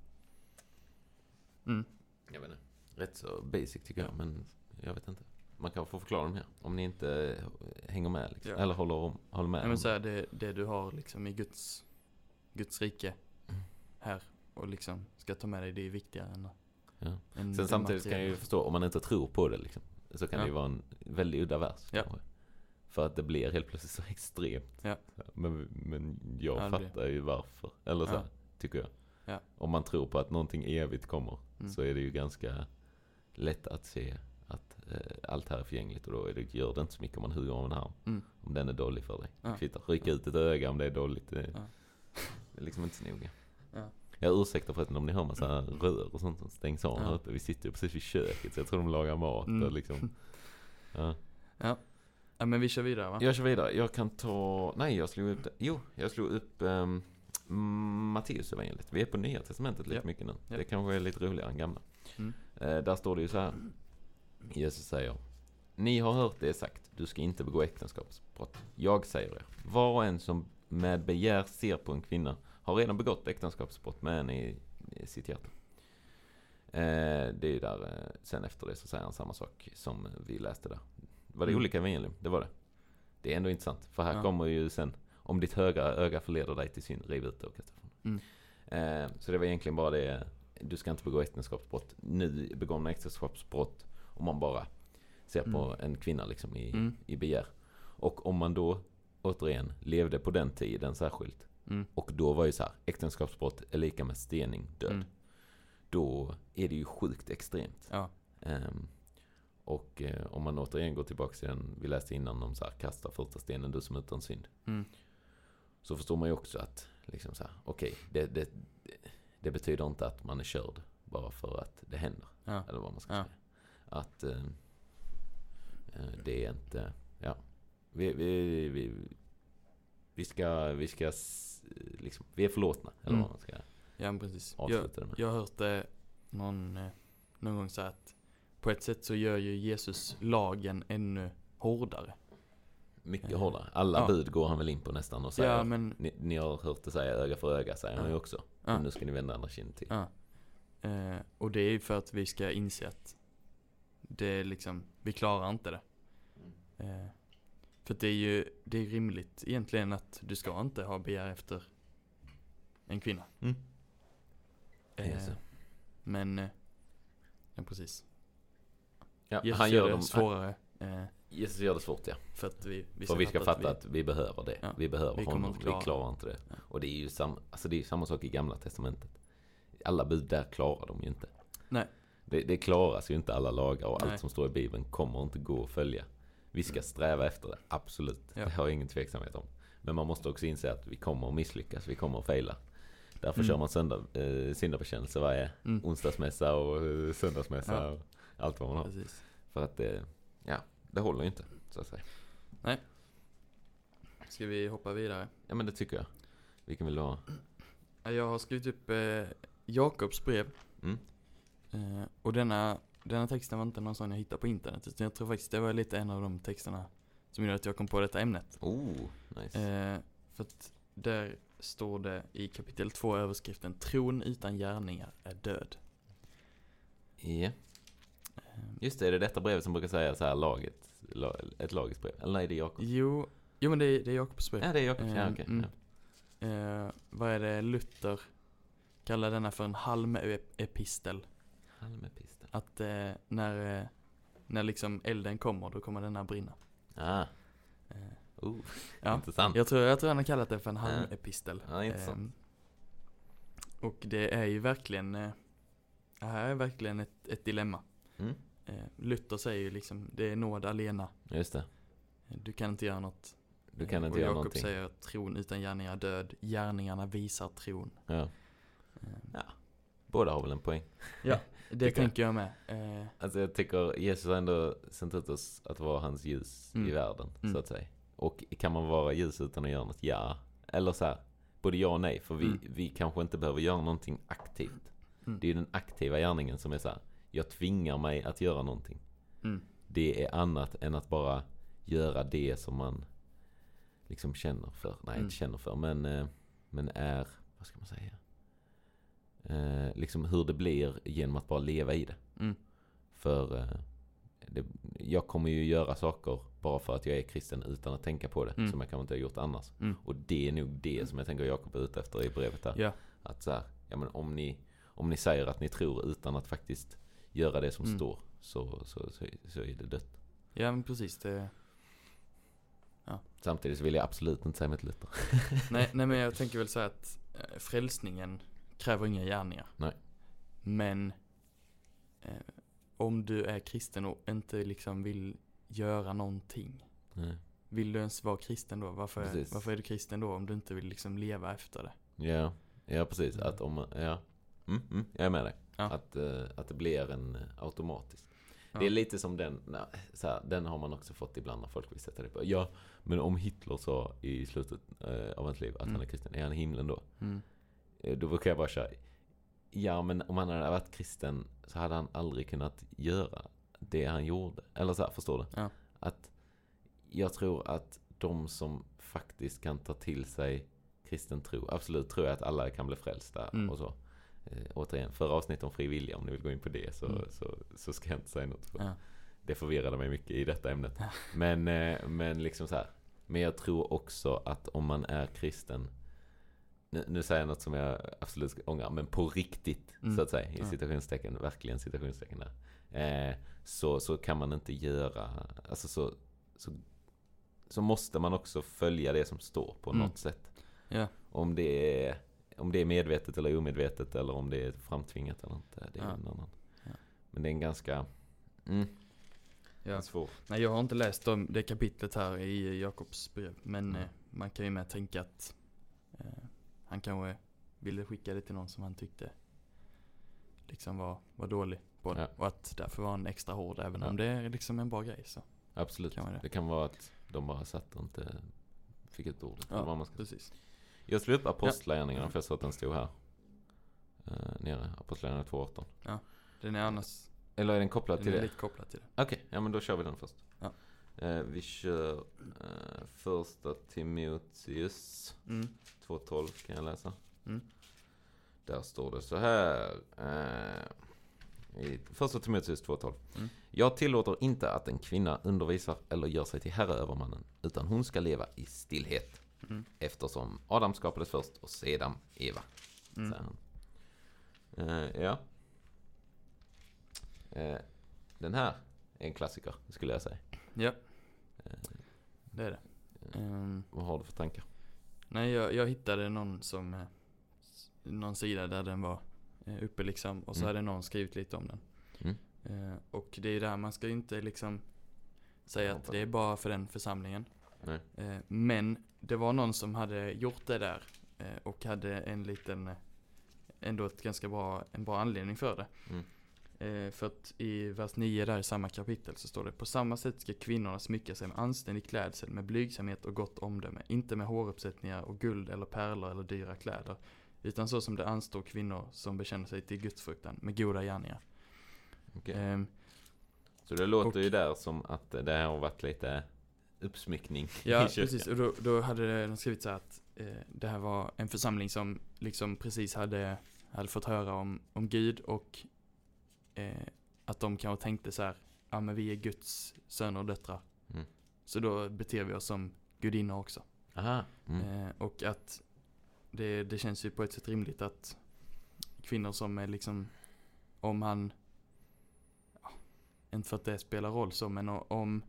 Mm. Jag vet inte. Rätt så basic tycker jag. Men jag vet inte. Man kan få förklara dem här. Om ni inte hänger med. Liksom. Ja. Eller håller, om, håller med. Ja, men så här, det, det du har liksom i Guds, Guds rike mm. här. Och liksom ska ta med dig, det är viktigare än, ja. än sen samtidigt kan jag ju förstå. Om man inte tror på det liksom. Så kan ja. det ju vara en väldigt udda vers. Ja. För att det blir helt plötsligt så extremt. Ja. Men, men jag ja, fattar ju varför. Eller så, ja. tycker jag. Ja. Om man tror på att någonting evigt kommer mm. så är det ju ganska lätt att se att eh, allt här är förgängligt. Och då är det, gör det inte så mycket om man hugger av en arm. Mm. Om den är dålig för dig. Ja. Kvittar. Rycka ut ett öga om det är dåligt. Det, ja. det är liksom inte så noga. Ja. Jag ursäktar för att om ni hör massa rör och sånt som stängs av här uppe. Vi sitter ju precis vid köket så jag tror de lagar mat. Mm. Och liksom, ja. ja. Ja, men vi kör vidare, va? Jag kör vidare. Jag kan ta... Nej, jag slog upp... Jo, jag slog upp um, Matteus evangeliet. Vi är på Nya testamentet lite yep. mycket nu. Yep. Det kanske är lite roligare än gamla. Mm. Uh, där står det ju så här. Jesus säger: ni har hört det sagt. Du ska inte begå äktenskapsbrott. Jag säger er. Var och en som med begär ser på en kvinna har redan begått äktenskapsbrott med henne i, i sitt hjärta. Uh, det är ju där... Uh, sen efter det så säger han samma sak som vi läste där. Var det mm. olika evangelium? Det var det. Det är ändå intressant. För här ja. kommer ju sen, om ditt högra öga förleder dig till synd, riv ut det och kasta från. Mm. Eh, så det var egentligen bara det, du ska inte begå äktenskapsbrott. Nu begår man äktenskapsbrott om man bara ser mm. på en kvinna liksom i, mm. i begär. Och om man då, återigen, levde på den tiden särskilt. Mm. Och då var ju så här, äktenskapsbrott är lika med stening, död. Mm. Då är det ju sjukt extremt. Ja. Um, Och eh, om man återigen går tillbaka till den vi läste innan om så här, kasta första stenen du som utan synd. Mm. Så förstår man ju också att liksom så här, okej, okay, det, det, det betyder inte att man är körd bara för att det händer. Ja. Eller vad man ska Ja. säga. Att eh, eh, det är inte... Ja. Vi, vi, vi, vi ska... Vi ska s- liksom, vi är förlåtna. Eller Mm. vad man ska Ja, men precis. Jag, avsluta det med. jag har hört det någon, eh, någon gång så att på ett sätt så gör ju Jesus lagen ännu hårdare. Mycket Eh, hårdare. Alla ja. bud går han väl in på nästan och säger... Ja, men... Ni, ni har hört det säga öga för öga, säger han Ja. ju också. Ja. Och nu ska ni vända andra kinden till. Ja. Eh, och det är ju för att vi ska inse att det är liksom, vi klarar inte det. Eh, för det är ju, det är rimligt egentligen att du ska inte ha begär efter en kvinna. Mm. Eh, Yes. men, eh, ja precis. Ja, Jesus han gör gör det dem... svårare. Eh, Jesus gör det svårt, ja. för att vi, vi För vi ska fatta att att vi behöver det. Ja, Vi behöver vi kommer honom. inte klara Vi klarar inte det. Ja. Och det är ju sam, alltså det är ju samma sak i Gamla Testamentet. Alla bud där klarar de ju inte. Nej. Det, det klaras ju inte alla lagar och Nej. allt som står i Bibeln kommer inte gå att följa. Vi ska sträva efter det, absolut. Ja. Det har jag ingen tveksamhet om. Men man måste också inse att vi kommer att misslyckas, vi kommer att fejla. Därför Mm. kör man söndag, eh, syndabekännelse varje Mm. onsdagsmässa och eh, söndagsmässa Ja. och allt vad man har. Precis. För att det, ja, det håller ju inte, så att säga. Ska vi hoppa vidare? Ja, men det tycker jag. Vilken vill du ha? Ja, jag har skrivit upp eh, Jakobs brev. Mm. Eh, och denna, denna texten var inte någon sån jag hittade på internet. Utan jag tror faktiskt det var lite en av de texterna som gjorde att jag kom på detta ämnet. Oh, nice. Eh, för att där står det i kapitel två överskriften: tron utan gärningar är död. Ja. Eh, Just det, är det detta brevet som brukar säga så här laget, la, ett lagiskt brev? Eller nej, det är Jakob. jo, jo, men det är, det är Jakobs brev. Ja, det är Jakob. Ja, Eh, okej. mm. Ja. Eh, vad är det Luther kallar denna för? En halmepistel. Halmepisten. Att eh, när, eh, när liksom elden kommer, då kommer den här brinna. Ah, Eh, oh, ja. intressant. Jag tror, jag tror han har kallat det för en Ja. halmepistel. Ja, intressant. Ehm, och det är ju verkligen, eh, det här är verkligen ett, ett dilemma. Mm, Eh, Luther säger ju liksom, det är nåd alena. just det. Eh, Du kan inte göra något. Du kan Eh, inte och göra Jakob någonting. säger att tron utan gärningar är död. Gärningarna visar tron. Ja. Ehm, Båda har väl en poäng. det Tycker tänker jag med. Eh, Alltså jag tycker Jesus har ändå sänt ut oss att vara hans ljus Mm. i världen, Mm. så att säga. Och kan man vara ljus utan att göra något? Ja. Eller så här, både ja och nej. För vi, Mm. vi kanske inte behöver göra någonting aktivt. Mm. Det är ju den aktiva gärningen som är så här: jag tvingar mig att göra någonting. mm, Det är annat än att bara göra det som man liksom känner för. Nej, Mm. inte känner för, men, eh, men är, vad ska man säga? Eh, liksom hur det blir genom att bara leva i det. mm, För eh, det, jag kommer ju göra saker bara för att jag är kristen utan att tänka på det. Mm. Som jag kanske inte har gjort annars. mm. Och det är nog det som jag tänker Jakob är ute efter i brevet här. Ja, Att så här, ja men om ni, om ni säger att ni tror utan att faktiskt göra det som Mm. står, så, så, så, så är det dött. ja, men precis. Det, Samtidigt så vill jag absolut inte säga mig till Luther. nej, nej, men jag tänker väl så här att eh, frälsningen kräver inga gärningar. Nej. Men eh, om du är kristen och inte liksom vill göra någonting, Nej. vill du ens vara kristen då? Varför, Precis. varför är du kristen då om du inte vill liksom leva efter det? Ja, ja precis. Att om, ja. Mm, mm, jag är med dig. Ja. Att, eh, att det blir en eh, automatiskt. Ja. Det är lite som den, nej, så här, den har man också fått ibland när folk vill sätta det på. Ja, men om Hitler sa i slutet eh, av hans liv att Mm. han är kristen, är han i himlen då? Mm. Eh, Då brukar jag bara köra, ja men om han hade varit kristen så hade han aldrig kunnat göra det han gjorde. Eller så här, förstår du? Ja. Att jag tror att de som faktiskt kan ta till sig kristen tro, absolut tror jag att alla kan bli frälsta Mm. och så. Eh, återigen, förra avsnittet om fri vilja, om ni vill gå in på det så, Mm. så, så ska jag inte säga något. För Ja. det förvirrade mig mycket i detta ämnet. Ja. Men, eh, men liksom så här. Men jag tror också att om man är kristen, nu, nu säger jag något som jag absolut ska ångra, men på riktigt, Mm. så att säga, i Ja. citationstecken, verkligen citationstecken där, eh, så, så kan man inte göra, alltså så, så, så måste man också följa det som står på Mm. något sätt. Ja. Om det är, om det är medvetet eller omedvetet, eller om det är framtvingat eller inte, det är Ja. en annan. Ja. Men det är en ganska mm, Ja. svår. Nej, jag har inte läst om det kapitlet här i Jakobs brev. Men Mm. eh, man kan ju med tänka att eh, han kanske ville skicka det till någon som han tyckte liksom var, var dålig på det. Ja. Och att därför var han extra hård även Ja. om det är liksom en bra grej. Så. Absolut. Kan man det. Det kan vara att de bara satt och inte fick ut ordet. eller Ja, vad man ska. precis. Jag slog upp apostlagärningarna för jag sa att den stod här. Uh, nere, apostlagärningarna två arton. Den är annars Eller är den kopplad den till är det? lite kopplad till det. Okej, okay, ja men då kör vi den först. Ja. Uh, vi kör uh, första Timoteus Mm. två tolv kan jag läsa. Mm. Där står det så här. Uh, i första Timoteus två tolv. Mm. Jag tillåter inte att en kvinna undervisar eller gör sig till herre över mannen, utan hon ska leva i stillhet. Mm. Eftersom Adam skapades först och sedan Eva. Mm. Säger han. Uh, ja. Uh, den här är en klassiker, skulle jag säga. Ja, Uh, det är det. Um, vad har du för tankar? nej, jag, jag hittade någon som eh, s- någon sida där den var eh, uppe liksom. Och så Mm. hade någon skrivit lite om den. Mm. Eh, och det är där man ska ju inte liksom säga att det är bara för den församlingen. Nej. Eh, men det var någon som hade gjort det där eh, och hade en liten, eh, ändå ett ganska bra, en bra anledning för det. Mm. Eh, för att i vers nio där i samma kapitel så står det: på samma sätt ska kvinnorna smycka sig med anständig klädsel, med blygsamhet och gott omdöme, inte med håruppsättningar och guld eller pärlor eller dyra kläder, utan så som det anstår kvinnor som bekänner sig till gudsfruktan med goda gärningar. Okay. Ehm, Så det låter och- ju där som att det här har varit lite uppsmyckning Ja, i kyrkan. precis. Och då, då hade de skrivit så här att eh, det här var en församling som liksom precis hade, hade fått höra om, om Gud och eh, att de kanske tänkte så här: ja men vi är Guds söner och döttrar. Mm. Så då beter vi oss som gudinna också. Aha. Mm. Eh, och att det, det känns ju på ett sätt rimligt att kvinnor som är liksom, om han, ja, inte för att det spelar roll så, men o- om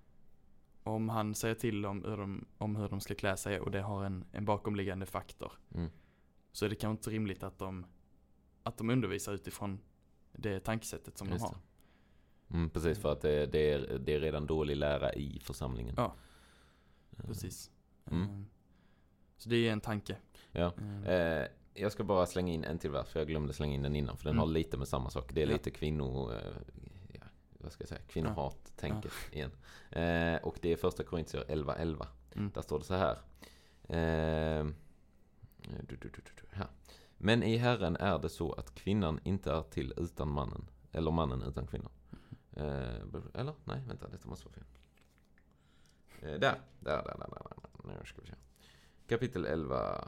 om han säger till om hur de, om hur de ska klä sig och det har en, en bakomliggande faktor, Mm. så är det kanske inte rimligt att de att de undervisar utifrån det tankesättet som Just de har. det. Mm, precis, för att det, det, är, det är redan dålig lära i församlingen. Ja. Eh, Precis. Mm. Eh, Så det är en tanke. Ja. Eh, Eh, jag ska bara slänga in en till vers, för jag glömde slänga in den innan, för den Mm. har lite med samma sak. Det är Ja. lite kvinno... Eh, ja, vad ska jag säga? Kvinnohat-tänket igen. Eh, och det är första Korintier elva elva. Mm. Där står det så här. Eh, du, du, du, du, du, här. Men i Herren är det så att kvinnan inte är till utan mannen, eller mannen utan kvinnan. Eh, eller? Nej, vänta, detta måste vara fel. Eh, där, där, där, där, där. Nu ska vi se. Kapitel elva,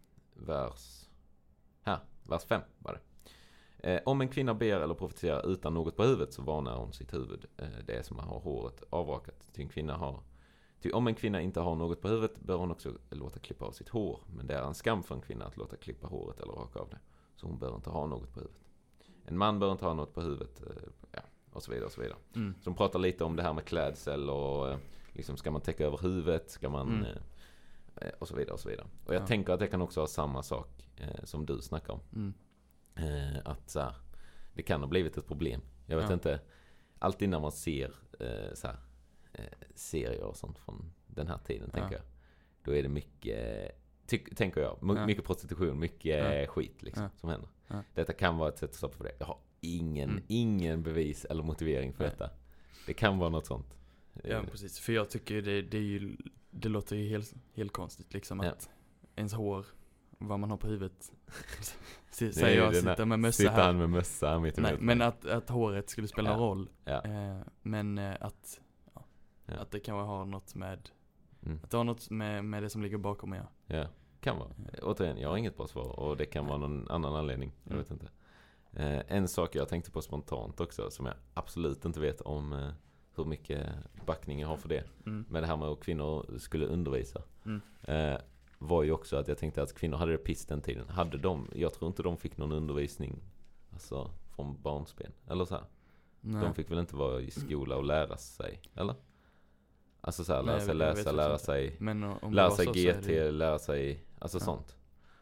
vers... Här, vers fem var det. Eh, om en kvinna ber eller profeterar utan något på huvudet så varnar hon sitt huvud. Eh, det är som att ha håret avrakat. Till en kvinna har... Till om en kvinna inte har något på huvudet bör hon också låta klippa av sitt hår. Men det är en skam för en kvinna att låta klippa håret eller raka av det. Så hon bör inte ha något på huvudet. En man bör inte ha något på huvudet. Eh, ja, och så vidare och så vidare. Mm. Så de pratar lite om det här med klädsel och eh, liksom ska man täcka över huvudet, ska man Mm. eh, och så vidare och så vidare. Och jag Ja. tänker att det kan också ha samma sak eh, som du snackar om. Mm. Eh, att så här, det kan ha blivit ett problem. Jag vet Ja. inte, alltid när man ser eh, så här, eh, serier och sånt från den här tiden, Ja. tänker jag. Då är det mycket, ty- tänker jag, m- Ja. mycket prostitution, mycket Ja. eh, skit liksom, Ja. som händer. Ja. Detta kan vara ett sätt att stoppa för det. Jag har ingen, Mm. ingen bevis eller motivering för Nej. detta. Det kan vara något sånt. Ja, Eh, precis. För jag tycker det, det är ju, det låter ju helt, helt konstigt liksom Ja. att ens hår, vad man har på huvudet, S- Nu säger är jag, det sitter med mössa Sitter här. han med mössa mitt Nej, emot men mig. att, att håret skulle spela Ja. roll. Ja. Eh, men eh, att, ja, Ja. att det kanske har något med, Mm. att det har något med, med det som ligger bakom mig. Ja. Ja, kan vara. Återigen, jag har inget bra svar och det kan vara någon annan anledning. Jag Mm. vet inte. Eh, en sak jag tänkte på spontant också, som jag absolut inte vet om eh, hur mycket backning jag har för det. Mm. Med det här med att kvinnor skulle undervisa. Mm. Eh, var ju också att jag tänkte att kvinnor hade det piss den tiden. Hade de, jag tror inte de fick någon undervisning alltså från barnsben. Eller så här. Nej. De fick väl inte vara i skola och lära sig, eller? Alltså så här, lära Nej, sig jag vet- jag läsa, vet lära inte. sig Men o- om det lära var sig så, så G är T, det, lära sig, alltså Ja. sånt.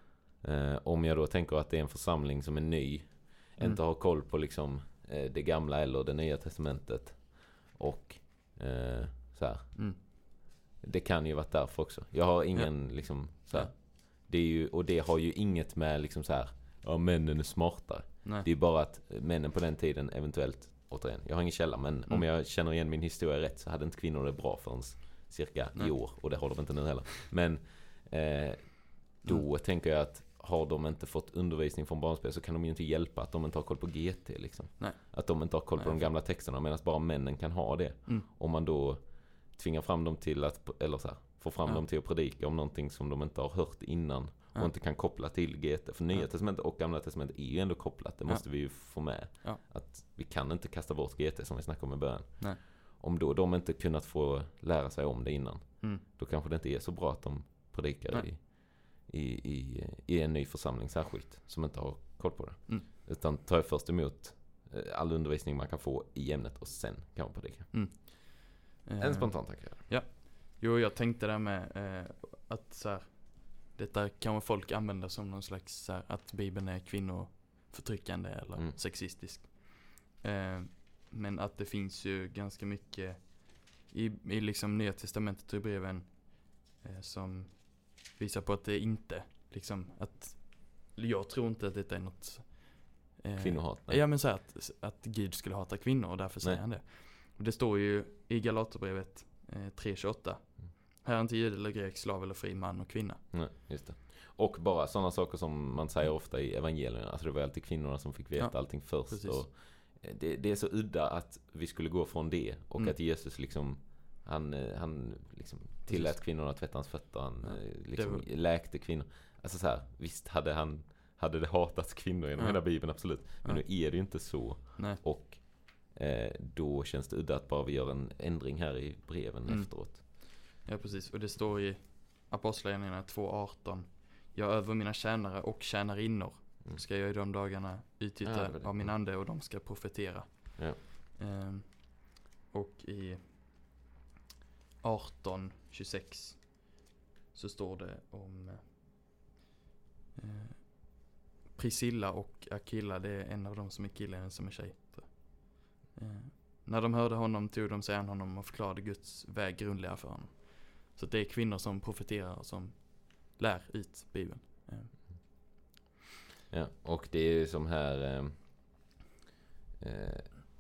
Eh, om jag då tänker att det är en församling som är ny, Mm. inte har koll på liksom eh, det gamla eller det nya testamentet och eh, så här. Mm. Det kan ju varit därför också. Jag har ingen liksom så här, Ja. Det är ju, och det har ju inget med liksom så här, ja, männen är smartare. Nej. Det är bara att männen på den tiden eventuellt, återigen, jag har ingen källa, men mm. om jag känner igen min historia rätt så hade inte kvinnor det bra förrän cirka Nej. i år, och det har de inte nu heller. Men eh, då mm. tänker jag att har de inte fått undervisning från barnspel så kan de ju inte hjälpa att de inte har koll på G T liksom. Nej. Att de inte har koll på Nej, de gamla texterna, medan bara männen kan ha det. Mm. Om man då tvingar fram dem till att, eller så här, får fram ja. dem till att predika om någonting som de inte har hört innan ja. och inte kan koppla till G T. För Nya ja. testamentet och Gamla testamentet är ju ändå kopplat. Det måste ja. vi ju få med. Ja. Att vi kan inte kasta bort G T som vi snackade om i början. Nej. Om då de inte kunnat få lära sig om det innan, mm. då kanske det inte är så bra att de predikar i, i, i, i en ny församling särskilt, som inte har koll på det. Mm. Utan tar först emot all undervisning man kan få i ämnet och sen kan man predika. Mm. En spontan tanke. Ja. Jo, jag tänkte där med eh, att så här, detta kan folk använda som någon slags så här, att Bibeln är kvinnoförtryckande eller mm. sexistisk. Eh, men att det finns ju ganska mycket i, i liksom Nya testamentet och i breven eh, som visar på att det inte liksom att jag tror inte att detta är något eh, kvinnohat. Nej. Ja, men så här, att, att Gud skulle hata kvinnor och därför säger nej. han det. Och det står ju i Galaterbrevet eh, tre tjugoåtta. Mm. Här är inte jude eller grek, slav eller fri, man och kvinna. Nej, just det. Och bara sådana saker som man säger ofta i evangelierna. Alltså det var alltid kvinnorna som fick veta ja, allting först. Och det, det är så udda att vi skulle gå från det. Och mm. att Jesus liksom, han, han liksom tillät precis. kvinnorna att tvätta hans fötter. Han ja, liksom var... läkte kvinnor. Alltså så här, visst hade han hade det hatats kvinnor genom ja. hela Bibeln, absolut. Men ja. nu är det ju inte så. Nej. Och eh, då känns det udda att bara vi gör en ändring här i breven mm. efteråt. Ja, precis. Och det står i Apostlagärningarna två arton. Jag över mina tjänare och tjänarinnor mm. ska jag i de dagarna utgjuta ja, av min ande och de ska profetera. Ja. Ehm, och i arton tjugosex så står det om eh, Priscilla och Aquila. Det är en av dem som är kille, en som är tjej. Eh, när de hörde honom tog de sig an honom och förklarade Guds väg grundligare för honom. Så det är kvinnor som profeterar och som lär ut Bibeln. Eh. Ja, och det är ju som här eh,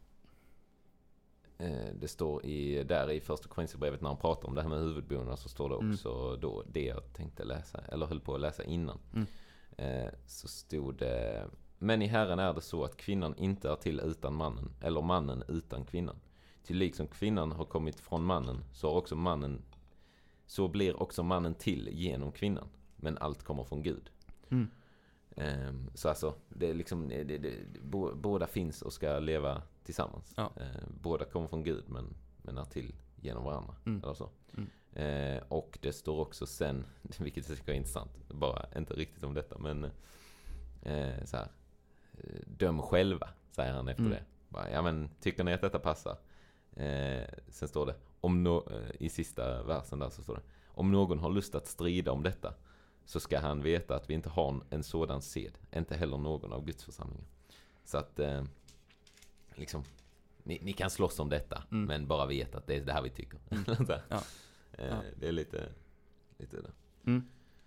eh, det står i, där i första Korinthierbrevet när han pratar om det här med huvudbonader, så står det också mm. då det jag tänkte läsa, eller höll på att läsa innan. Mm. Eh, så stod det: men i Herren är det så att kvinnan inte är till utan mannen, eller mannen utan kvinnan. Till liksom kvinnan har kommit från mannen, så har också mannen så blir också mannen till genom kvinnan. Men allt kommer från Gud. Mm. Um, så alltså, det är liksom, det, det, bo, båda finns och ska leva tillsammans. Ja. Uh, båda kommer från Gud, men, men är till genom varandra. Mm. Eller så. Mm. Uh, och det står också sen, vilket jag tycker är intressant, bara inte riktigt om detta, men uh, så här, döm själva, säger han efter mm. det. Bara, ja, men tycker ni att detta passar? Uh, sen står det, om no, uh, i sista versen där så står det: om någon har lust att strida om detta, så ska han veta att vi inte har en sådan sed, inte heller någon av Guds församlingar. Så att eh, liksom, ni, ni kan slåss om detta, mm. men bara veta att det är det här vi tycker. Mm. ja. eh, ja. Det är lite lite det. Mm.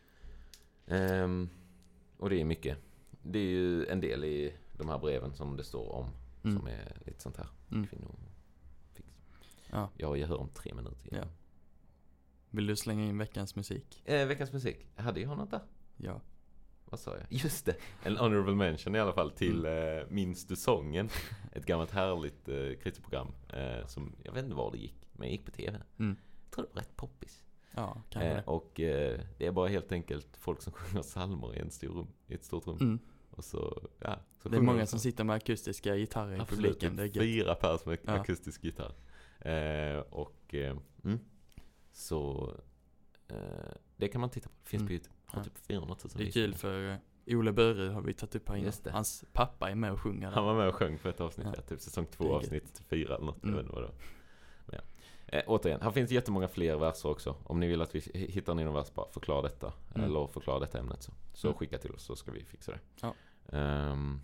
Um, och det är mycket. Det är ju en del i de här breven som det står om, mm. som är lite sånt här mm. kvinnofix. Ja. Ja, jag hör om tre minuter igen. Ja. Vill du slänga in veckans musik? Eh, veckans musik. Hade jag något där? Ja. Vad sa jag? Just det. En honorable mention i alla fall till mm. eh, Minns du sången? Ett gammalt härligt eh, krigsprogram eh, som, jag vet inte var det gick, men gick på tv. Mm. Jag tror det var rätt poppis. Ja, kanske eh, Och eh, det är bara helt enkelt folk som sjunger psalmer i, en stor rum, i ett stort rum. Mm. Och så, ja, så det är många som sitter med akustiska gitarrer i absolut, publiken. Det är fyra pers med ja. akustisk gitarr. Eh, och... Eh, mm. Så eh, det kan man titta på. Det finns mm. på YouTube. Har typ fyrahundratusen. Det är kul för uh, Ole Börre har vi tagit upp här innan. Hans pappa är med och sjunger. Han var med och sjöng för ett avsnitt. Ja. Typ säsong två avsnitt fyra eller något. Mm. Jag vet inte vad det var. Men, ja. eh, återigen, här finns jättemånga fler verser också. Om ni vill att vi hittar någon vers, bara förklara detta. Mm. Eller förklara detta ämnet. Så, så mm. skicka till oss så ska vi fixa det. Ja. Um,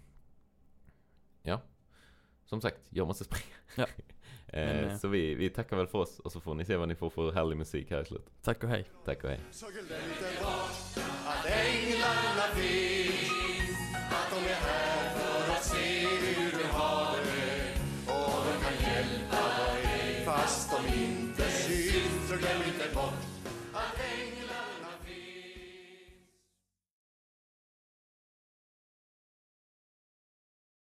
ja. Som sagt, jag måste springa. Ja. Men, eh, så vi, vi tackar väl för oss, och så får ni se vad ni får för härlig musik här i slutet. Tack och hej. Tack och hej. Änglarna vet att de är här för att se hur du har det, och de kan hjälpa dig fast de inte syns. Så glöm inte bort att änglarna